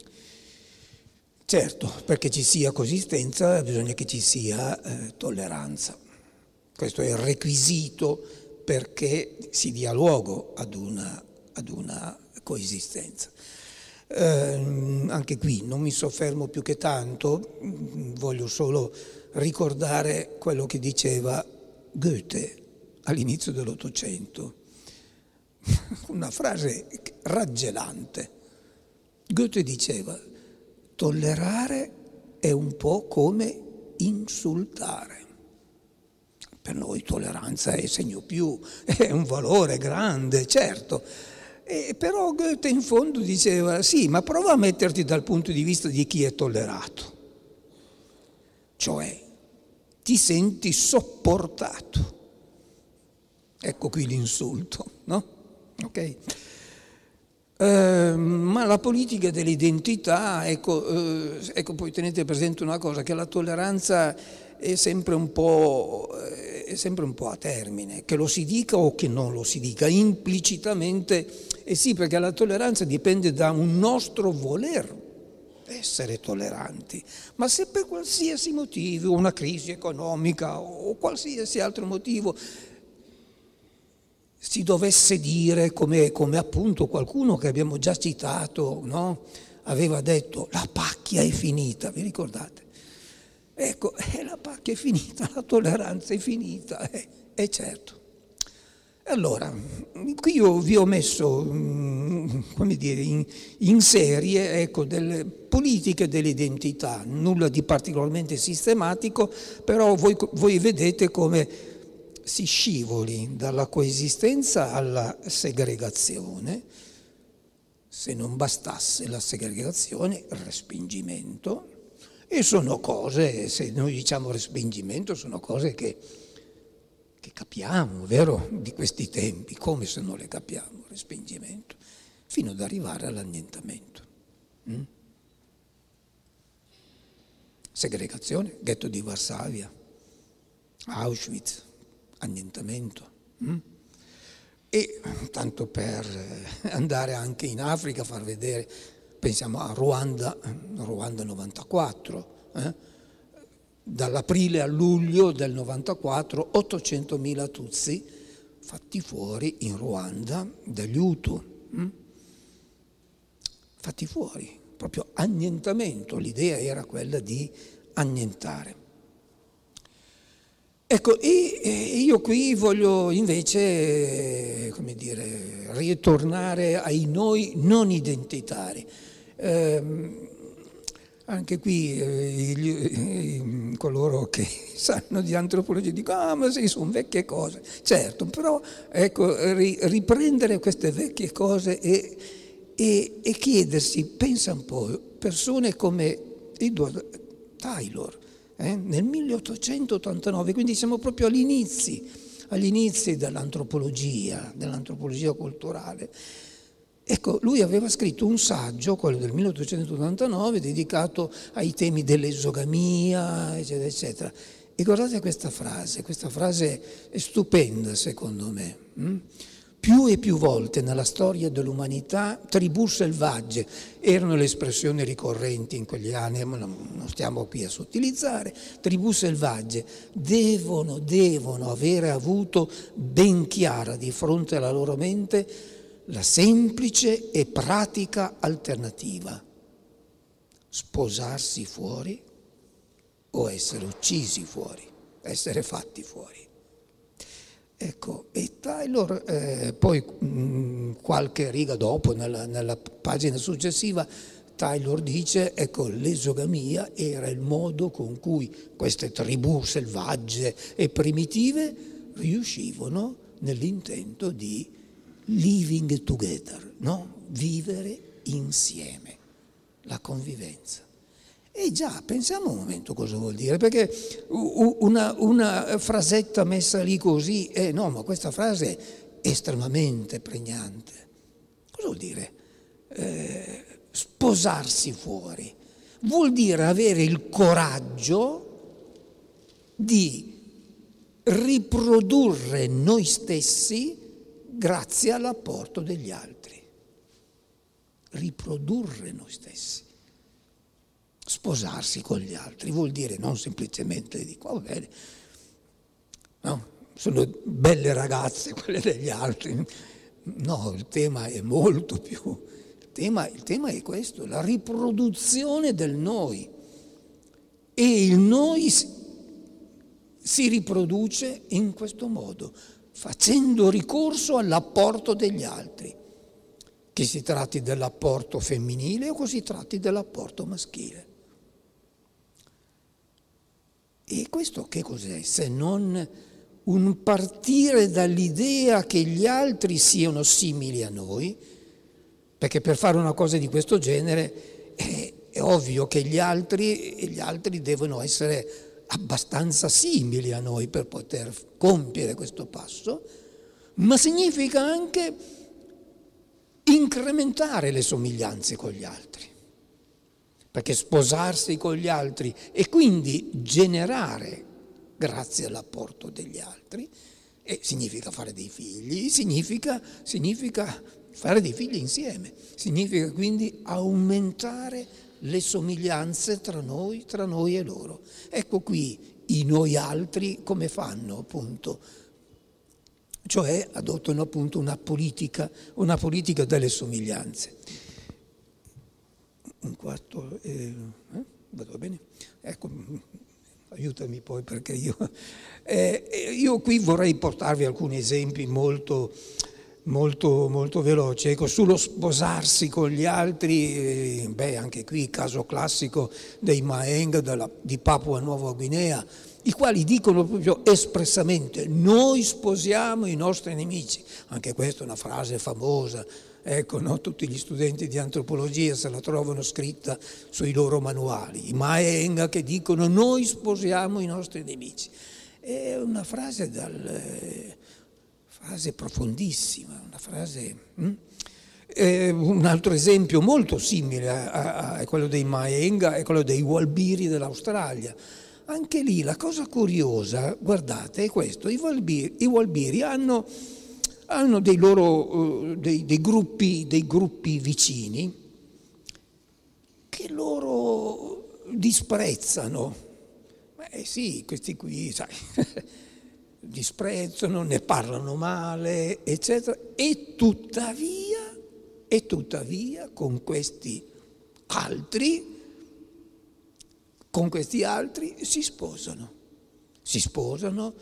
Certo, perché ci sia coesistenza bisogna che ci sia tolleranza. Questo è il requisito perché si dia luogo ad una coesistenza. Anche qui non mi soffermo più che tanto, voglio solo ricordare quello che diceva Goethe all'inizio dell'Ottocento, una frase raggelante. Goethe diceva: tollerare è un po' come insultare. Per noi tolleranza è segno più, è un valore grande, certo. Però Goethe in fondo diceva: sì, ma prova a metterti dal punto di vista di chi è tollerato. Cioè, ti senti sopportato. Ecco qui l'insulto, no? Ok? Ma la politica dell'identità, ecco, poi tenete presente una cosa, che la tolleranza è sempre un po' a termine, che lo si dica o che non lo si dica, implicitamente sì, perché la tolleranza dipende da un nostro voler essere tolleranti, ma se per qualsiasi motivo, una crisi economica o qualsiasi altro motivo, si dovesse dire, come appunto qualcuno che abbiamo già citato, no? Aveva detto: la pacchia è finita, vi ricordate? Ecco, la pacchia è finita, la tolleranza è finita, è certo. Allora, qui io vi ho messo, come dire, in serie, ecco, delle politiche dell'identità, nulla di particolarmente sistematico, però voi vedete come si scivoli dalla coesistenza alla segregazione. Se non bastasse la segregazione, il respingimento, e sono cose, se noi diciamo respingimento, sono cose che capiamo, vero, di questi tempi, come se non le capiamo, respingimento, fino ad arrivare all'annientamento. Segregazione, ghetto di Varsavia, Auschwitz, annientamento. E tanto per andare anche in Africa, far vedere, pensiamo a Ruanda 94, dall'aprile al luglio del 94 800.000 Tutsi fatti fuori in Ruanda dagli Hutu, fatti fuori, proprio annientamento, l'idea era quella di annientare. Ecco, e io qui voglio invece, come dire, ritornare ai noi non identitari. Anche qui coloro che sanno di antropologia dicono: ma sì, sono vecchie cose. Certo, però ecco, riprendere queste vecchie cose e chiedersi, pensa un po', persone come Edward Taylor, nel 1889, quindi siamo proprio agli inizi dell'antropologia culturale. Ecco, lui aveva scritto un saggio, quello del 1889, dedicato ai temi dell'esogamia, eccetera, eccetera. E guardate questa frase è stupenda secondo me. Più e più volte nella storia dell'umanità tribù selvagge erano le espressioni ricorrenti in quegli anni, non stiamo qui a sottilizzare, tribù selvagge devono avere avuto ben chiara di fronte alla loro mente la semplice e pratica alternativa: sposarsi fuori o essere uccisi fuori, essere fatti fuori. Ecco, e Taylor, poi qualche riga dopo, nella pagina successiva, Taylor dice, ecco, l'esogamia era il modo con cui queste tribù selvagge e primitive riuscivano nell'intento di living together, no? Vivere insieme, la convivenza. E già, pensiamo un momento cosa vuol dire, perché una frasetta messa lì così, no, ma questa frase è estremamente pregnante. Cosa vuol dire? Sposarsi fuori. Vuol dire avere il coraggio di riprodurre noi stessi grazie all'apporto degli altri. Riprodurre noi stessi. Sposarsi con gli altri vuol dire non semplicemente dico, va bene, no, sono belle ragazze quelle degli altri. No, il tema è molto più. Il tema è questo, la riproduzione del noi. E il noi si riproduce in questo modo, facendo ricorso all'apporto degli altri, che si tratti dell'apporto femminile o che si tratti dell'apporto maschile. E questo che cos'è se non un partire dall'idea che gli altri siano simili a noi? Perché per fare una cosa di questo genere è ovvio che gli altri devono essere abbastanza simili a noi per poter compiere questo passo, ma significa anche incrementare le somiglianze con gli altri. Perché sposarsi con gli altri e quindi generare, grazie all'apporto degli altri, significa fare dei figli, significa fare dei figli insieme, significa quindi aumentare le somiglianze tra noi e loro. Ecco qui i noi altri come fanno appunto, cioè adottano appunto una politica delle somiglianze. Un quarto, va bene? Ecco, aiutami poi perché io qui vorrei portarvi alcuni esempi molto veloci. Ecco, sullo sposarsi con gli altri, anche qui caso classico dei Maenga di Papua Nuova Guinea, i quali dicono proprio espressamente: noi sposiamo i nostri nemici. Anche questa è una frase famosa. Ecco, no? Tutti gli studenti di antropologia se la trovano scritta sui loro manuali. I Maenga che dicono: noi sposiamo i nostri nemici. È una frase frase profondissima, una frase. Un altro esempio molto simile a quello dei Maenga è quello dei Walbiri dell'Australia. Anche lì la cosa curiosa, guardate, è questo: i Walbiri hanno dei loro dei gruppi vicini che loro disprezzano. Sì, questi qui, sai, disprezzano, ne parlano male, eccetera, e tuttavia con questi altri si sposano,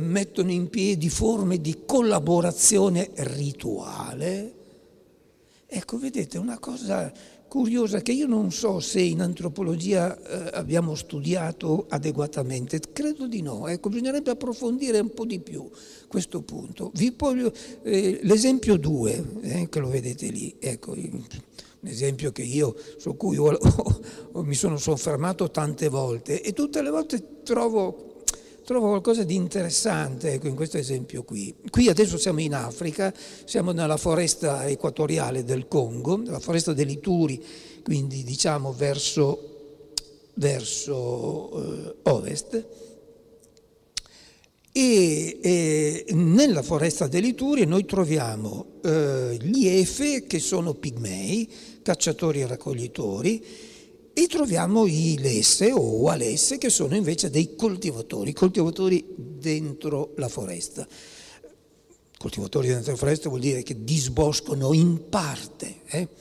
mettono in piedi forme di collaborazione rituale Ecco, vedete, una cosa curiosa che io non so se in antropologia abbiamo studiato adeguatamente, credo di no, ecco, bisognerebbe approfondire un po' di più questo punto. Vi voglio l'esempio 2, che lo vedete lì, ecco, un esempio che su cui mi sono soffermato tante volte e tutte le volte trovo qualcosa di interessante, ecco, in questo esempio qui. Qui adesso siamo in Africa, siamo nella foresta equatoriale del Congo, la foresta dell'Ituri, quindi diciamo verso ovest. E nella foresta dell'Ituri noi troviamo gli Efe, che sono pigmei, cacciatori e raccoglitori, e troviamo i Lesse o Walese, che sono invece dei coltivatori dentro la foresta. Coltivatori dentro la foresta vuol dire che disboscono in parte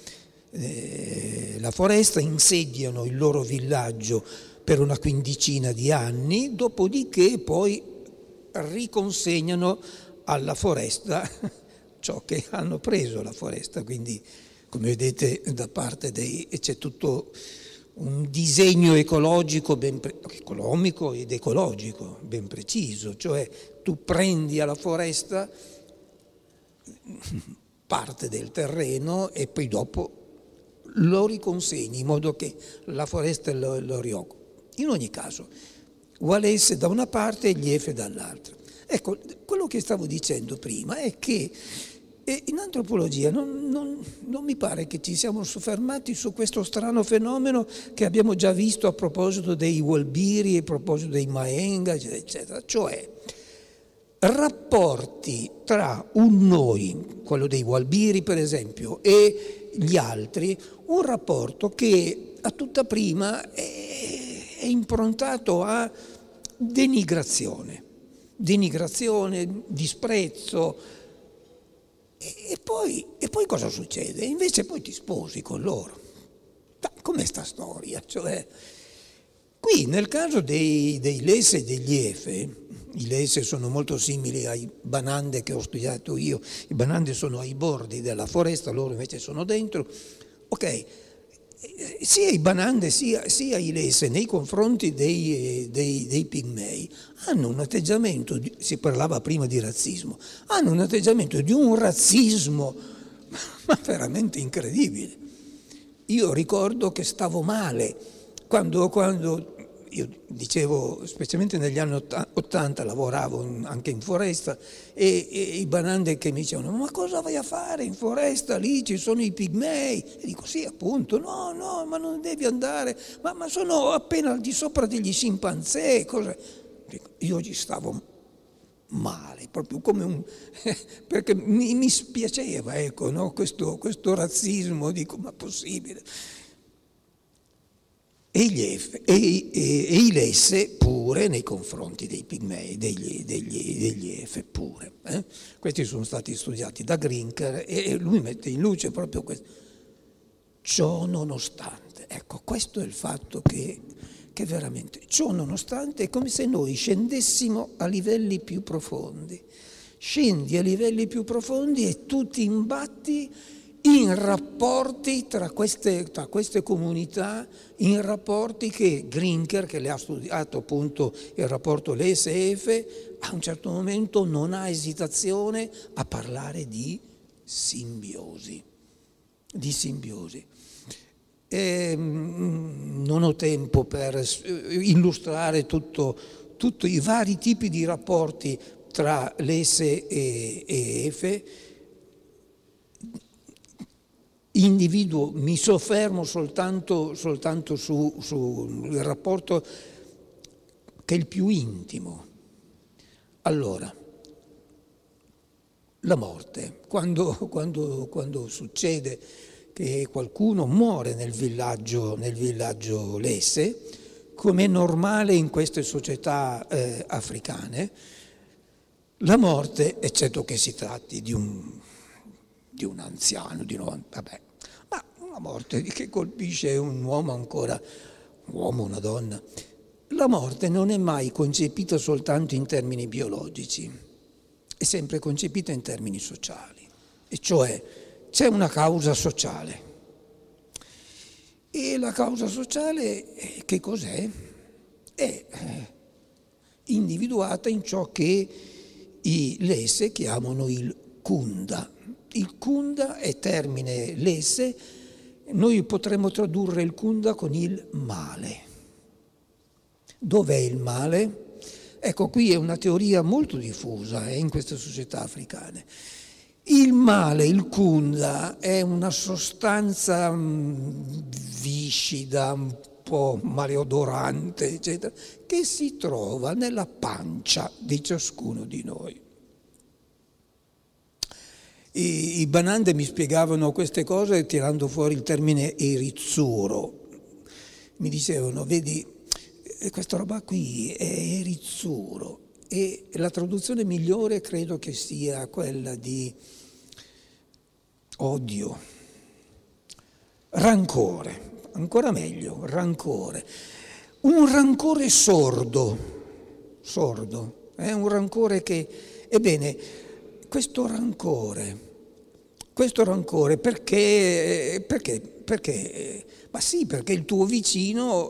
la foresta, insediano il loro villaggio per una quindicina di anni, dopodiché poi riconsegnano alla foresta ciò che hanno preso la foresta. Quindi, come vedete, da parte c'è tutto un disegno ecologico economico ed ecologico ben preciso, cioè tu prendi alla foresta parte del terreno e poi dopo lo riconsegni in modo che la foresta lo rioccupi. In ogni caso, Walese da una parte e gli Efe dall'altra. Ecco, quello che stavo dicendo prima è che in antropologia non mi pare che ci siamo soffermati su questo strano fenomeno che abbiamo già visto a proposito dei Walbiri, a proposito dei Maenga, eccetera, cioè rapporti tra un noi, quello dei Walbiri per esempio, e gli altri, un rapporto che a tutta prima è improntato a denigrazione, disprezzo. E poi cosa succede? Invece poi ti sposi con loro. Com'è sta storia? Cioè, qui nel caso dei Lesse e degli Efe, i Lesse sono molto simili ai Banande che ho studiato io, i Banande sono ai bordi della foresta, loro invece sono dentro. Ok, sia i Banande sia i Lesse nei confronti dei pigmei hanno un atteggiamento, si parlava prima di razzismo, hanno un atteggiamento di un razzismo ma veramente incredibile. Io ricordo che stavo male quando io dicevo, specialmente negli anni 80 lavoravo anche in foresta e i Banande che mi dicevano: ma cosa vai a fare in foresta? Lì ci sono i pigmei. E dico: sì, appunto, no, ma non devi andare, ma sono appena al di sopra degli scimpanzé. Io ci stavo male, proprio come perché mi spiaceva, ecco, no? questo razzismo, dico: ma possibile? E i Lesse pure nei confronti dei pigmei, degli Efe pure. Questi sono stati studiati da Grinker e lui mette in luce proprio questo. Ciò nonostante, ecco, questo è il fatto che veramente, ciò nonostante è come se noi scendessimo a livelli più profondi. Scendi a livelli più profondi e tu ti imbatti in rapporti tra queste comunità, in rapporti che Grinker, che le ha studiato appunto il rapporto Lesse-Efe, a un certo momento non ha esitazione a parlare di simbiosi. Non ho tempo per illustrare tutti i vari tipi di rapporti tra Lesse e Efe. Mi soffermo soltanto sul rapporto che è il più intimo. Allora, la morte, quando succede che qualcuno muore nel villaggio Lesse, come è normale in queste società africane, la morte, eccetto che si tratti di un anziano, ma una morte che colpisce un uomo ancora, un uomo, una donna, la morte non è mai concepita soltanto in termini biologici, è sempre concepita in termini sociali, e cioè c'è una causa sociale. E la causa sociale che cos'è? È individuata in ciò che i lesse chiamano il kunda. Il kunda è termine lesse, noi potremmo tradurre il kunda con il male. Dov'è il male? Ecco, qui è una teoria molto diffusa in queste società africane. Il male, il kunda, è una sostanza viscida, un po' maleodorante, eccetera, che si trova nella pancia di ciascuno di noi. I Banande mi spiegavano queste cose tirando fuori il termine erizzuro. Mi dicevano, vedi, questa roba qui è erizzuro. E la traduzione migliore credo che sia quella di odio, rancore, ancora meglio, rancore. Un rancore sordo, è un rancore che, ebbene, questo rancore perché? Ma sì, perché il tuo vicino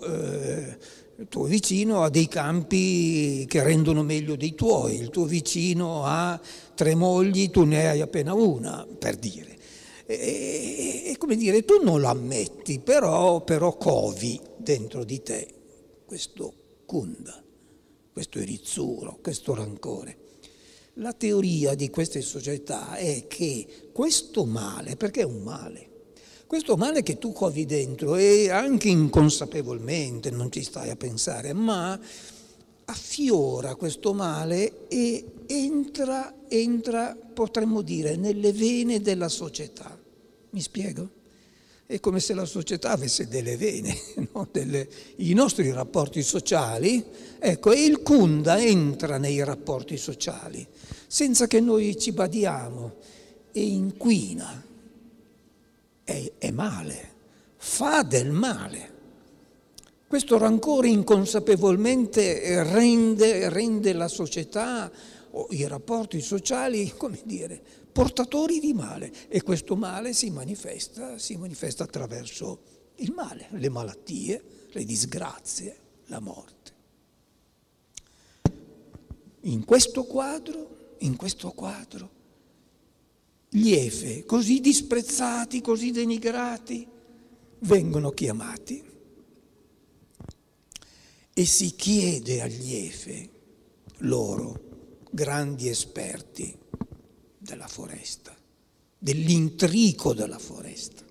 ha dei campi che rendono meglio dei tuoi, il tuo vicino ha 3 mogli, tu ne hai appena una, per dire. E come dire, tu non lo ammetti, però covi dentro di te questo kunda, questo erizzuro, questo rancore. La teoria di queste società è che questo male, perché è un male? Questo male che tu covi dentro e anche inconsapevolmente, non ci stai a pensare, ma affiora questo male e entra, potremmo dire, nelle vene della società. Mi spiego? È come se la società avesse delle vene, no? I nostri rapporti sociali, ecco, e il kunda entra nei rapporti sociali, senza che noi ci badiamo, e inquina. È male, fa del male. Questo rancore inconsapevolmente rende la società o i rapporti sociali, come dire, portatori di male, e questo male si manifesta attraverso il male, le malattie, le disgrazie, la morte. In questo quadro, gli Efe, così disprezzati, così denigrati, vengono chiamati e si chiede agli Efe, loro, grandi esperti della foresta, dell'intrico della foresta.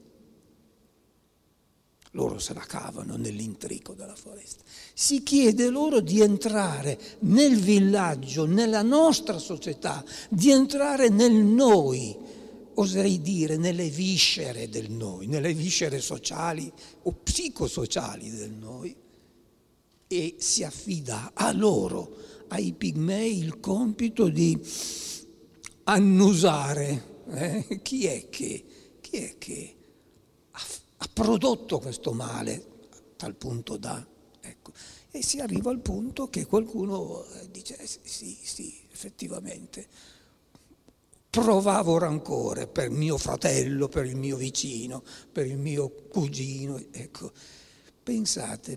Loro se la cavano nell'intrico della foresta. Si chiede loro di entrare nel villaggio, nella nostra società, di entrare nel noi, oserei dire nelle viscere del noi, nelle viscere sociali o psicosociali del noi, e si affida a loro, ai pigmei, il compito di annusare chi è che ha prodotto questo male a tal punto da, ecco. E si arriva al punto che qualcuno dice sì, effettivamente provavo rancore per mio fratello, per il mio vicino, per il mio cugino, ecco. Pensate,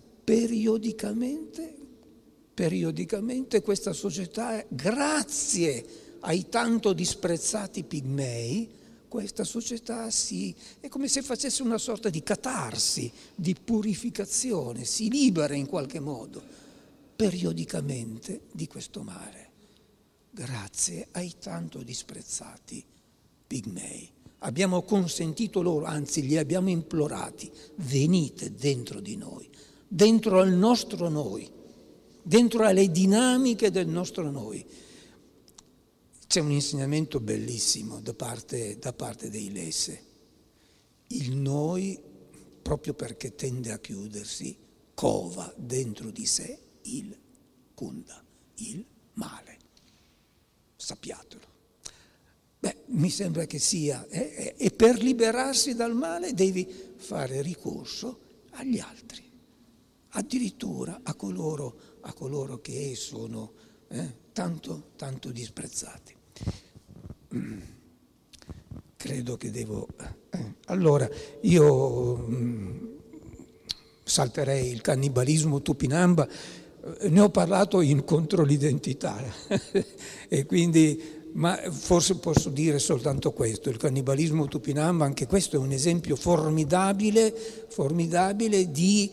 periodicamente questa società, grazie ai tanto disprezzati pigmei, questa società è come se facesse una sorta di catarsi, di purificazione, si libera in qualche modo, periodicamente, di questo male, grazie ai tanto disprezzati pigmei. Abbiamo consentito loro, anzi li abbiamo implorati, venite dentro di noi, dentro al nostro noi, dentro alle dinamiche del nostro noi. C'è un insegnamento bellissimo da parte dei Lesse. Il noi, proprio perché tende a chiudersi, cova dentro di sé il kunda, il male. Sappiatelo. Mi sembra che sia, e per liberarsi dal male devi fare ricorso agli altri, addirittura a coloro che sono tanto disprezzati. credo che devo... Allora, io salterei il cannibalismo Tupinamba, ne ho parlato in Contro l'identità e quindi... Ma forse posso dire soltanto questo, il cannibalismo Tupinamba, anche questo è un esempio formidabile di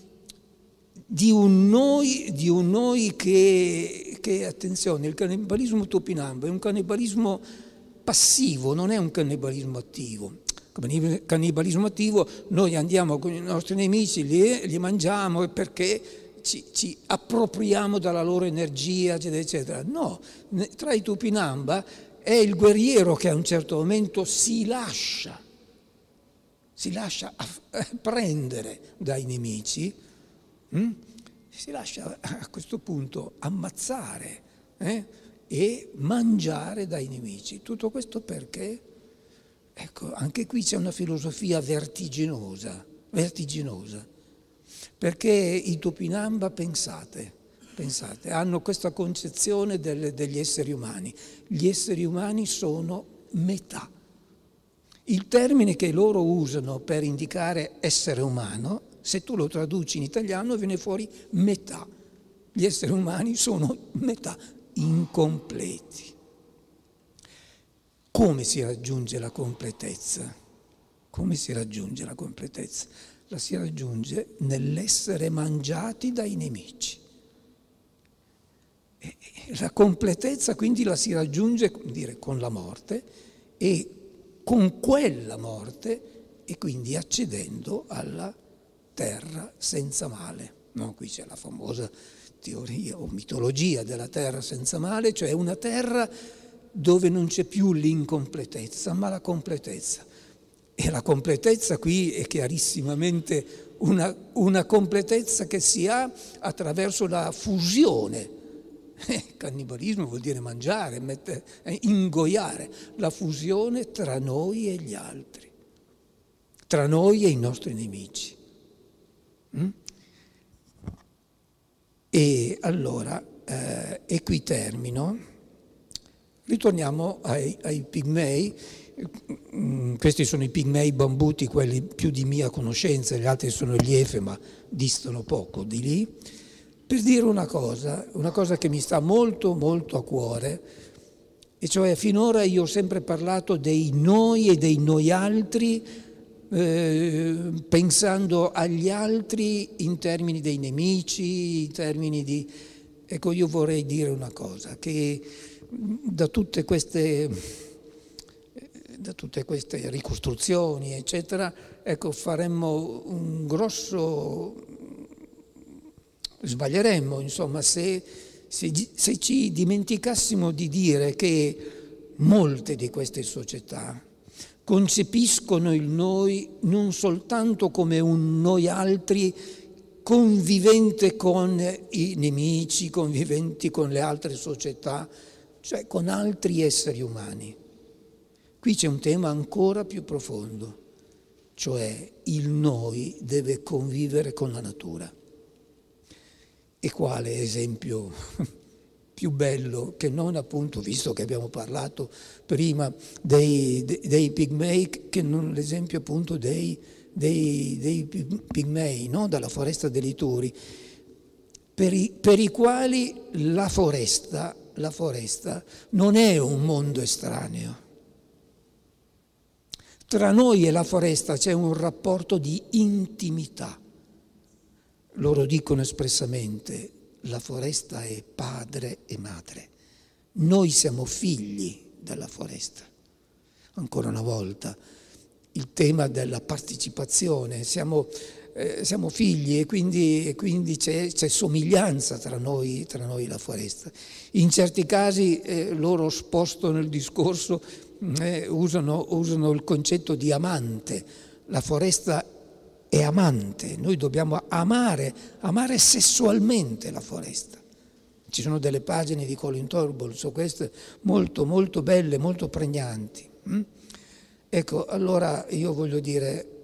un noi che, attenzione, il cannibalismo Tupinamba è un cannibalismo passivo, non è un cannibalismo attivo. Come cannibalismo attivo noi andiamo con i nostri nemici, li mangiamo perché ci appropriamo dalla loro energia, eccetera, eccetera. No, tra i Tupinamba è il guerriero che a un certo momento si lascia prendere dai nemici, si lascia a questo punto ammazzare e mangiare dai nemici. Tutto questo perché? Ecco, anche qui c'è una filosofia vertiginosa. Perché i Tupinamba, pensate, hanno questa concezione degli esseri umani. Gli esseri umani sono metà. Il termine che loro usano per indicare essere umano, se tu lo traduci in italiano viene fuori metà. Gli esseri umani sono metà, incompleti. Come si raggiunge la completezza? La si raggiunge nell'essere mangiati dai nemici. E la completezza quindi la si raggiunge, con la morte e con quella morte e quindi accedendo alla terra senza male. No, qui c'è la famosa teoria o mitologia della terra senza male, cioè una terra dove non c'è più l'incompletezza, ma la completezza. E la completezza qui è chiarissimamente una completezza che si ha attraverso la fusione. Cannibalismo vuol dire mangiare, ingoiare, la fusione tra noi e gli altri, tra noi e i nostri nemici. E allora, e qui termino, ritorniamo ai pigmei. Questi sono i pigmei bambuti, quelli più di mia conoscenza, gli altri sono gli efe, ma distano poco di lì, per dire una cosa che mi sta molto molto a cuore, e cioè finora io ho sempre parlato dei noi e dei noi altri, pensando agli altri in termini dei nemici, in termini di... Ecco, io vorrei dire una cosa, che da tutte queste ricostruzioni, eccetera, ecco, sbaglieremmo, insomma, se ci dimenticassimo di dire che molte di queste società concepiscono il noi non soltanto come un noi altri convivente con i nemici, conviventi con le altre società, cioè con altri esseri umani. Qui c'è un tema ancora più profondo, cioè il noi deve convivere con la natura. E quale esempio più bello che non appunto, visto che abbiamo parlato prima dei pigmei, che non l'esempio appunto dei pigmei, no? Dalla foresta dei Lituri, per i quali la foresta non è un mondo estraneo. Tra noi e la foresta c'è un rapporto di intimità. Loro dicono espressamente: la foresta è padre e madre. Noi siamo figli della foresta. Ancora una volta, il tema della partecipazione. Siamo figli e quindi c'è somiglianza tra noi e la foresta. In certi casi loro spostano il discorso, usano il concetto di amante. La foresta è amante, noi dobbiamo amare sessualmente la foresta. Ci sono delle pagine di Colin Turnbull su queste molto molto belle, molto pregnanti. Ecco, allora io voglio dire,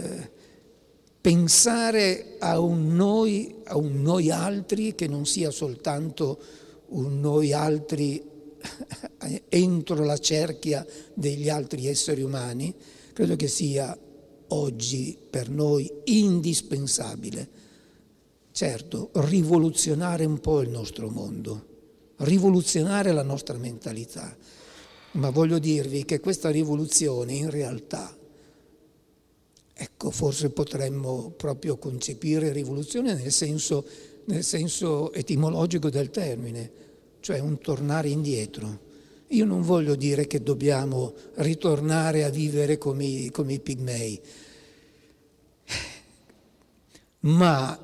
pensare a un noi altri che non sia soltanto un noi altri entro la cerchia degli altri esseri umani, credo che sia oggi per noi indispensabile, certo, rivoluzionare un po' il nostro mondo, rivoluzionare la nostra mentalità, ma voglio dirvi che questa rivoluzione in realtà, ecco, forse potremmo proprio concepire rivoluzione nel senso etimologico del termine, cioè un tornare indietro. Io non voglio dire che dobbiamo ritornare a vivere come i pigmei, ma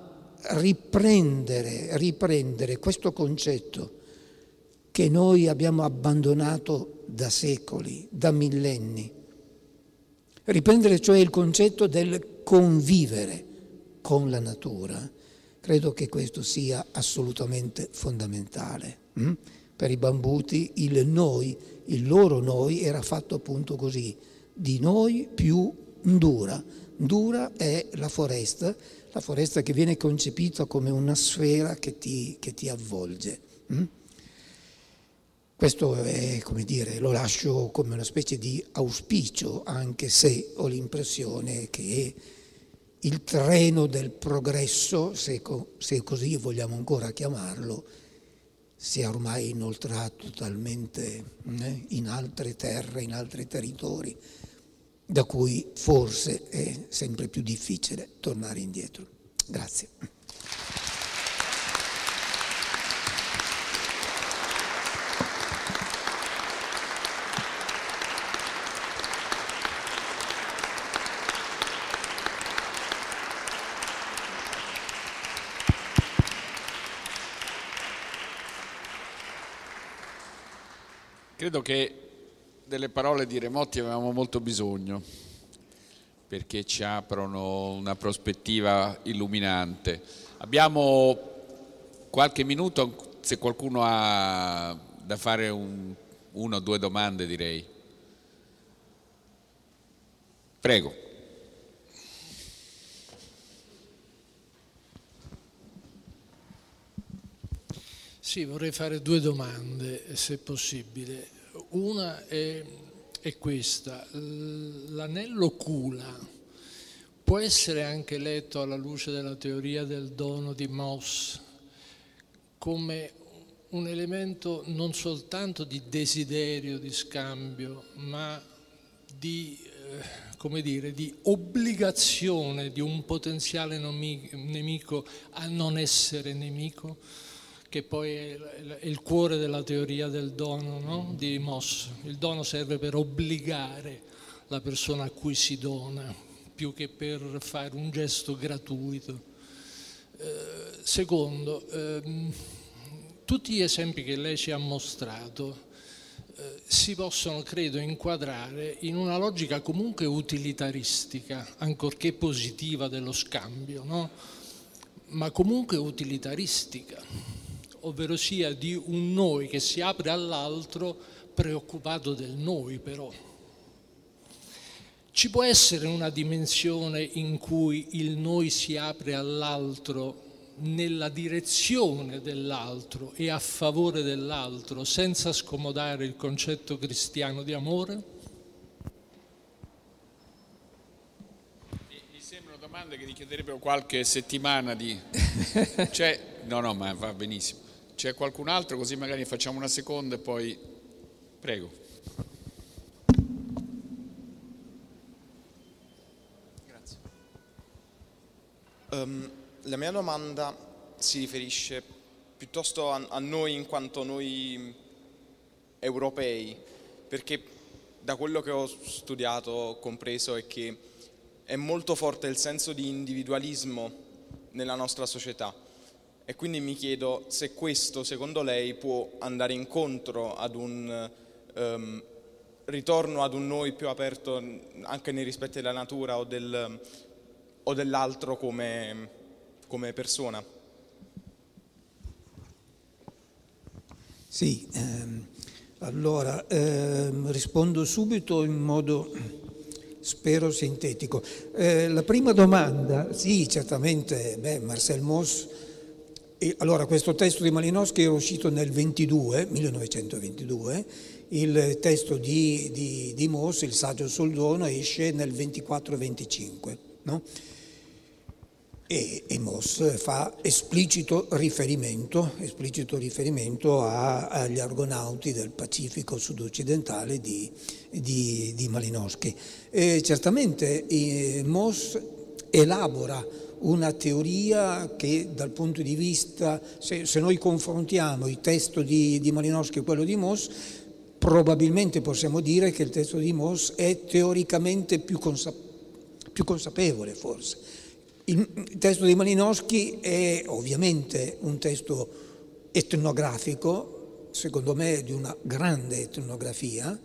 riprendere questo concetto che noi abbiamo abbandonato da secoli, da millenni. Riprendere cioè il concetto del convivere con la natura. Credo che questo sia assolutamente fondamentale. Per i Bambuti il loro noi era fatto appunto così, di noi più Ndura. Ndura è la foresta che viene concepita come una sfera che ti avvolge. Questo è, come dire, lo lascio come una specie di auspicio, anche se ho l'impressione che il treno del progresso, se così vogliamo ancora chiamarlo, sia ormai inoltrato totalmente in altre terre, in altri territori, da cui forse è sempre più difficile tornare indietro. Grazie. Credo che delle parole di Remotti avevamo molto bisogno, perché ci aprono una prospettiva illuminante. Abbiamo qualche minuto, se qualcuno ha da fare una o due domande, direi. Prego. Sì, vorrei fare due domande, se possibile. Una è questa. L'anello Kula può essere anche letto alla luce della teoria del dono di Moss come un elemento non soltanto di desiderio, di scambio, ma di, di obbligazione di un potenziale nemico a non essere nemico, che poi è il cuore della teoria del dono, no? Di Moss. Il dono serve per obbligare la persona a cui si dona, più che per fare un gesto gratuito. Secondo, tutti gli esempi che lei ci ha mostrato si possono, credo, inquadrare in una logica comunque utilitaristica, ancorché positiva dello scambio, no? Ma comunque utilitaristica, ovvero sia di un noi che si apre all'altro preoccupato del noi, però. Ci può essere una dimensione in cui il noi si apre all'altro nella direzione dell'altro e a favore dell'altro, senza scomodare il concetto cristiano di amore? Mi sembrano domande che richiederebbero qualche settimana di... No, ma va benissimo. C'è qualcun altro, così magari facciamo una seconda e poi... Prego. Grazie. La mia domanda si riferisce piuttosto a noi in quanto noi europei, perché da quello che ho studiato, ho compreso è che è molto forte il senso di individualismo nella nostra società. E quindi mi chiedo se questo, secondo lei, può andare incontro ad un ritorno ad un noi più aperto anche nei rispetti della natura o dell'altro come persona. Sì, allora rispondo subito in modo, spero, sintetico. La prima domanda, sì, certamente, Marcel Mauss E allora questo testo di Malinowski era uscito nel 1922, il testo di Mauss, il saggio sul dono, esce nel 24-25, no? E Mauss fa esplicito riferimento agli Argonauti del Pacifico sud-occidentale di Malinowski. Certamente Mauss elabora una teoria che dal punto di vista, se noi confrontiamo il testo di Malinowski e quello di Mauss, probabilmente possiamo dire che il testo di Mauss è teoricamente più consapevole forse. Il testo di Malinowski è ovviamente un testo etnografico, secondo me di una grande etnografia.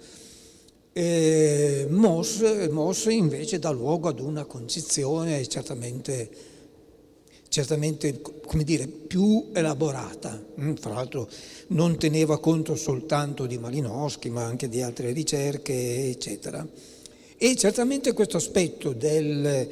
Mauss invece dà luogo ad una concezione certamente come dire, più elaborata. Fra l'altro non teneva conto soltanto di Malinowski, ma anche di altre ricerche, eccetera. E certamente questo aspetto del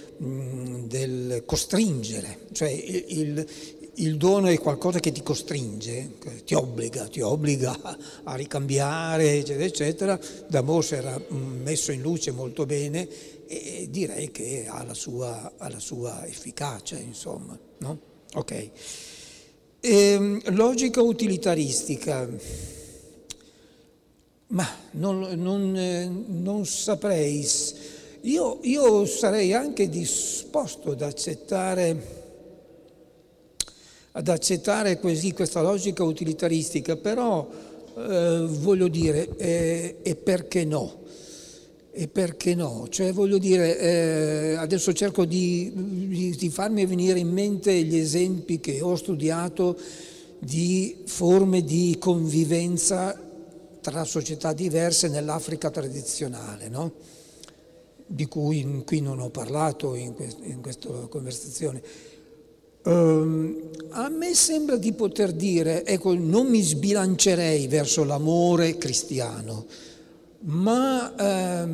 costringere, cioè il dono è qualcosa che ti costringe, ti obbliga a ricambiare, eccetera, eccetera. Da Mauss era messo in luce molto bene e direi che ha la sua efficacia, insomma, no? Ok. Logica utilitaristica. Ma non saprei. Io sarei anche disposto ad accettare così questa logica utilitaristica, però voglio dire, e perché no? E perché no? Cioè voglio dire, adesso cerco di farmi venire in mente gli esempi che ho studiato di forme di convivenza tra società diverse nell'Africa tradizionale, no? Di cui qui non ho parlato in questa conversazione. A me sembra di poter dire, ecco, non mi sbilancerei verso l'amore cristiano, ma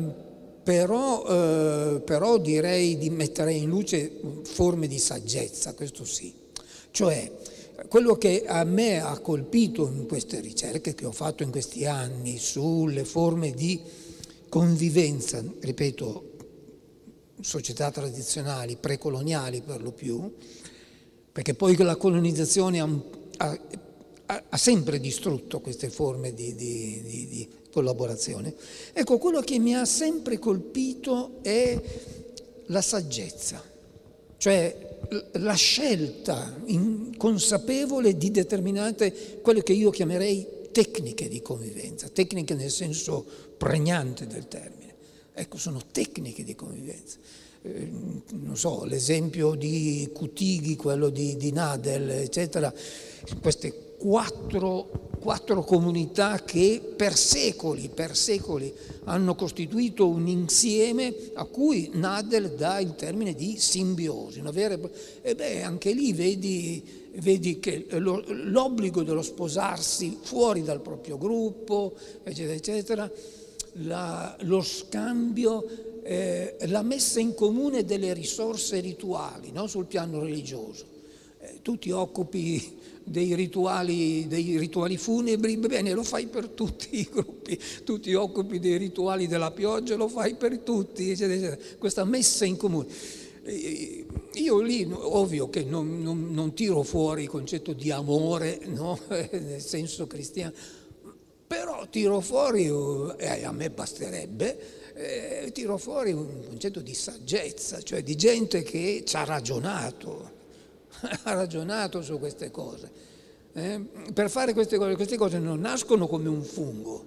però direi di mettere in luce forme di saggezza, questo sì. Cioè, quello che a me ha colpito in queste ricerche che ho fatto in questi anni sulle forme di convivenza, ripeto, società tradizionali, precoloniali per lo più, perché poi la colonizzazione ha sempre distrutto queste forme di collaborazione. Ecco, quello che mi ha sempre colpito è la saggezza, cioè la scelta consapevole di determinate, quelle che io chiamerei tecniche di convivenza, tecniche nel senso pregnante del termine. Ecco, sono tecniche di convivenza. Non so, l'esempio di Cutighi, quello di Nadel, eccetera, queste quattro comunità che per secoli hanno costituito un insieme a cui Nadel dà il termine di simbiosi. Anche lì vedi che l'obbligo dello sposarsi fuori dal proprio gruppo, eccetera, eccetera, lo scambio, la messa in comune delle risorse rituali, no? Sul piano religioso. Tu ti occupi dei rituali funebri, bene, lo fai per tutti i gruppi, tu ti occupi dei rituali della pioggia, lo fai per tutti, eccetera, eccetera. Questa messa in comune. Io lì, ovvio che non tiro fuori il concetto di amore, no? Nel senso cristiano, però tiro fuori, a me basterebbe, tiro fuori un concetto di saggezza, cioè di gente che ci ha ragionato su queste cose. Per fare queste cose non nascono come un fungo.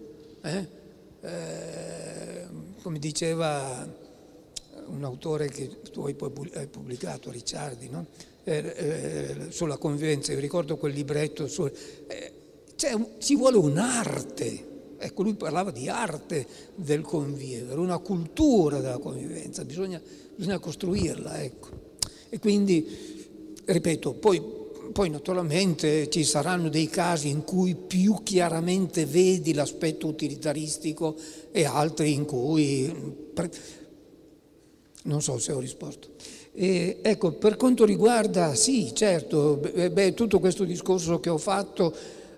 Come diceva un autore che tu hai pubblicato, Ricciardi, no? Sulla convivenza, io ricordo quel libretto, ci vuole un'arte. Ecco, lui parlava di arte del convivere, una cultura della convivenza, bisogna costruirla, ecco. E quindi, ripeto, poi naturalmente ci saranno dei casi in cui più chiaramente vedi l'aspetto utilitaristico e altri in cui... Non so se ho risposto. Ecco, per quanto riguarda, sì, certo, tutto questo discorso che ho fatto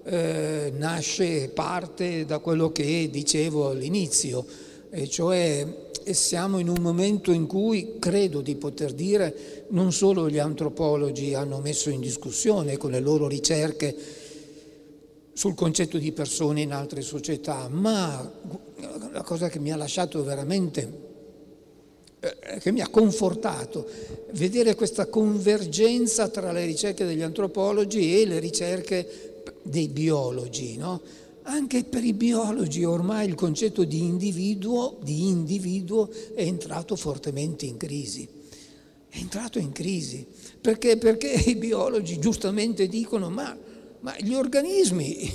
parte da quello che dicevo all'inizio, e cioè siamo in un momento in cui credo di poter dire non solo gli antropologi hanno messo in discussione con le loro ricerche sul concetto di persone in altre società, ma la cosa che mi ha lasciato veramente, che mi ha confortato, vedere questa convergenza tra le ricerche degli antropologi e le ricerche dei biologi, no? Anche per i biologi ormai il concetto di individuo è entrato fortemente in crisi. È entrato in crisi perché i biologi giustamente dicono ma gli organismi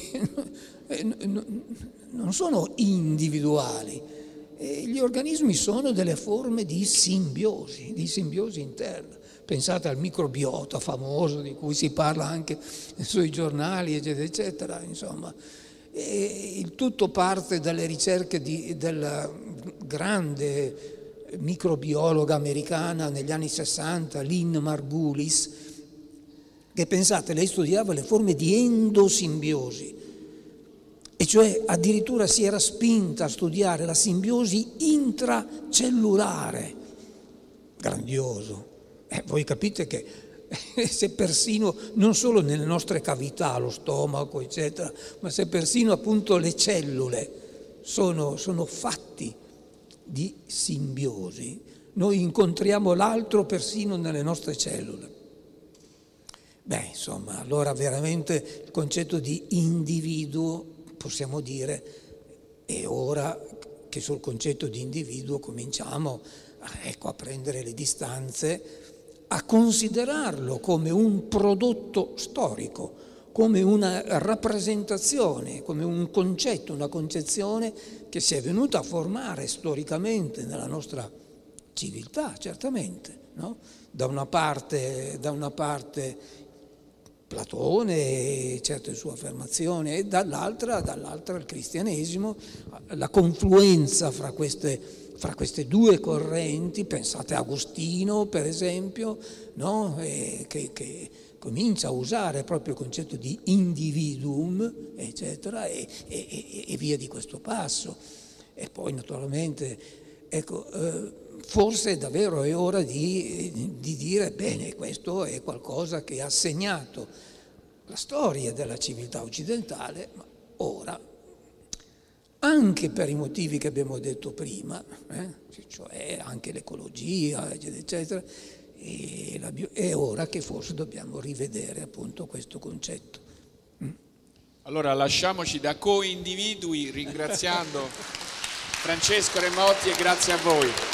non sono individuali, gli organismi sono delle forme di simbiosi interna. Pensate al microbiota famoso di cui si parla anche sui giornali, eccetera, eccetera, insomma. E il tutto parte dalle ricerche della grande microbiologa americana negli anni 60, Lynn Margulis, che pensate, lei studiava le forme di endosimbiosi, e cioè addirittura si era spinta a studiare la simbiosi intracellulare. Grandioso. Voi capite che se persino, non solo nelle nostre cavità, lo stomaco, eccetera, ma se persino appunto le cellule sono fatti di simbiosi, noi incontriamo l'altro persino nelle nostre cellule. Insomma, allora veramente il concetto di individuo, possiamo dire, è ora che sul concetto di individuo cominciamo a prendere le distanze, a considerarlo come un prodotto storico, come una rappresentazione, come un concetto, una concezione che si è venuta a formare storicamente nella nostra civiltà, certamente, no? Da una parte Platone e certe sue affermazioni, e dall'altra il cristianesimo, la confluenza fra queste due correnti. Pensate a Agostino, per esempio, no? Che comincia a usare proprio il concetto di individuum, eccetera, e via di questo passo. E poi naturalmente, ecco, forse davvero è ora di dire, bene, questo è qualcosa che ha segnato la storia della civiltà occidentale, ma ora, anche per i motivi che abbiamo detto prima, cioè anche l'ecologia, eccetera, è ora che forse dobbiamo rivedere appunto questo concetto. Allora lasciamoci da co-individui ringraziando Francesco Remotti e grazie a voi.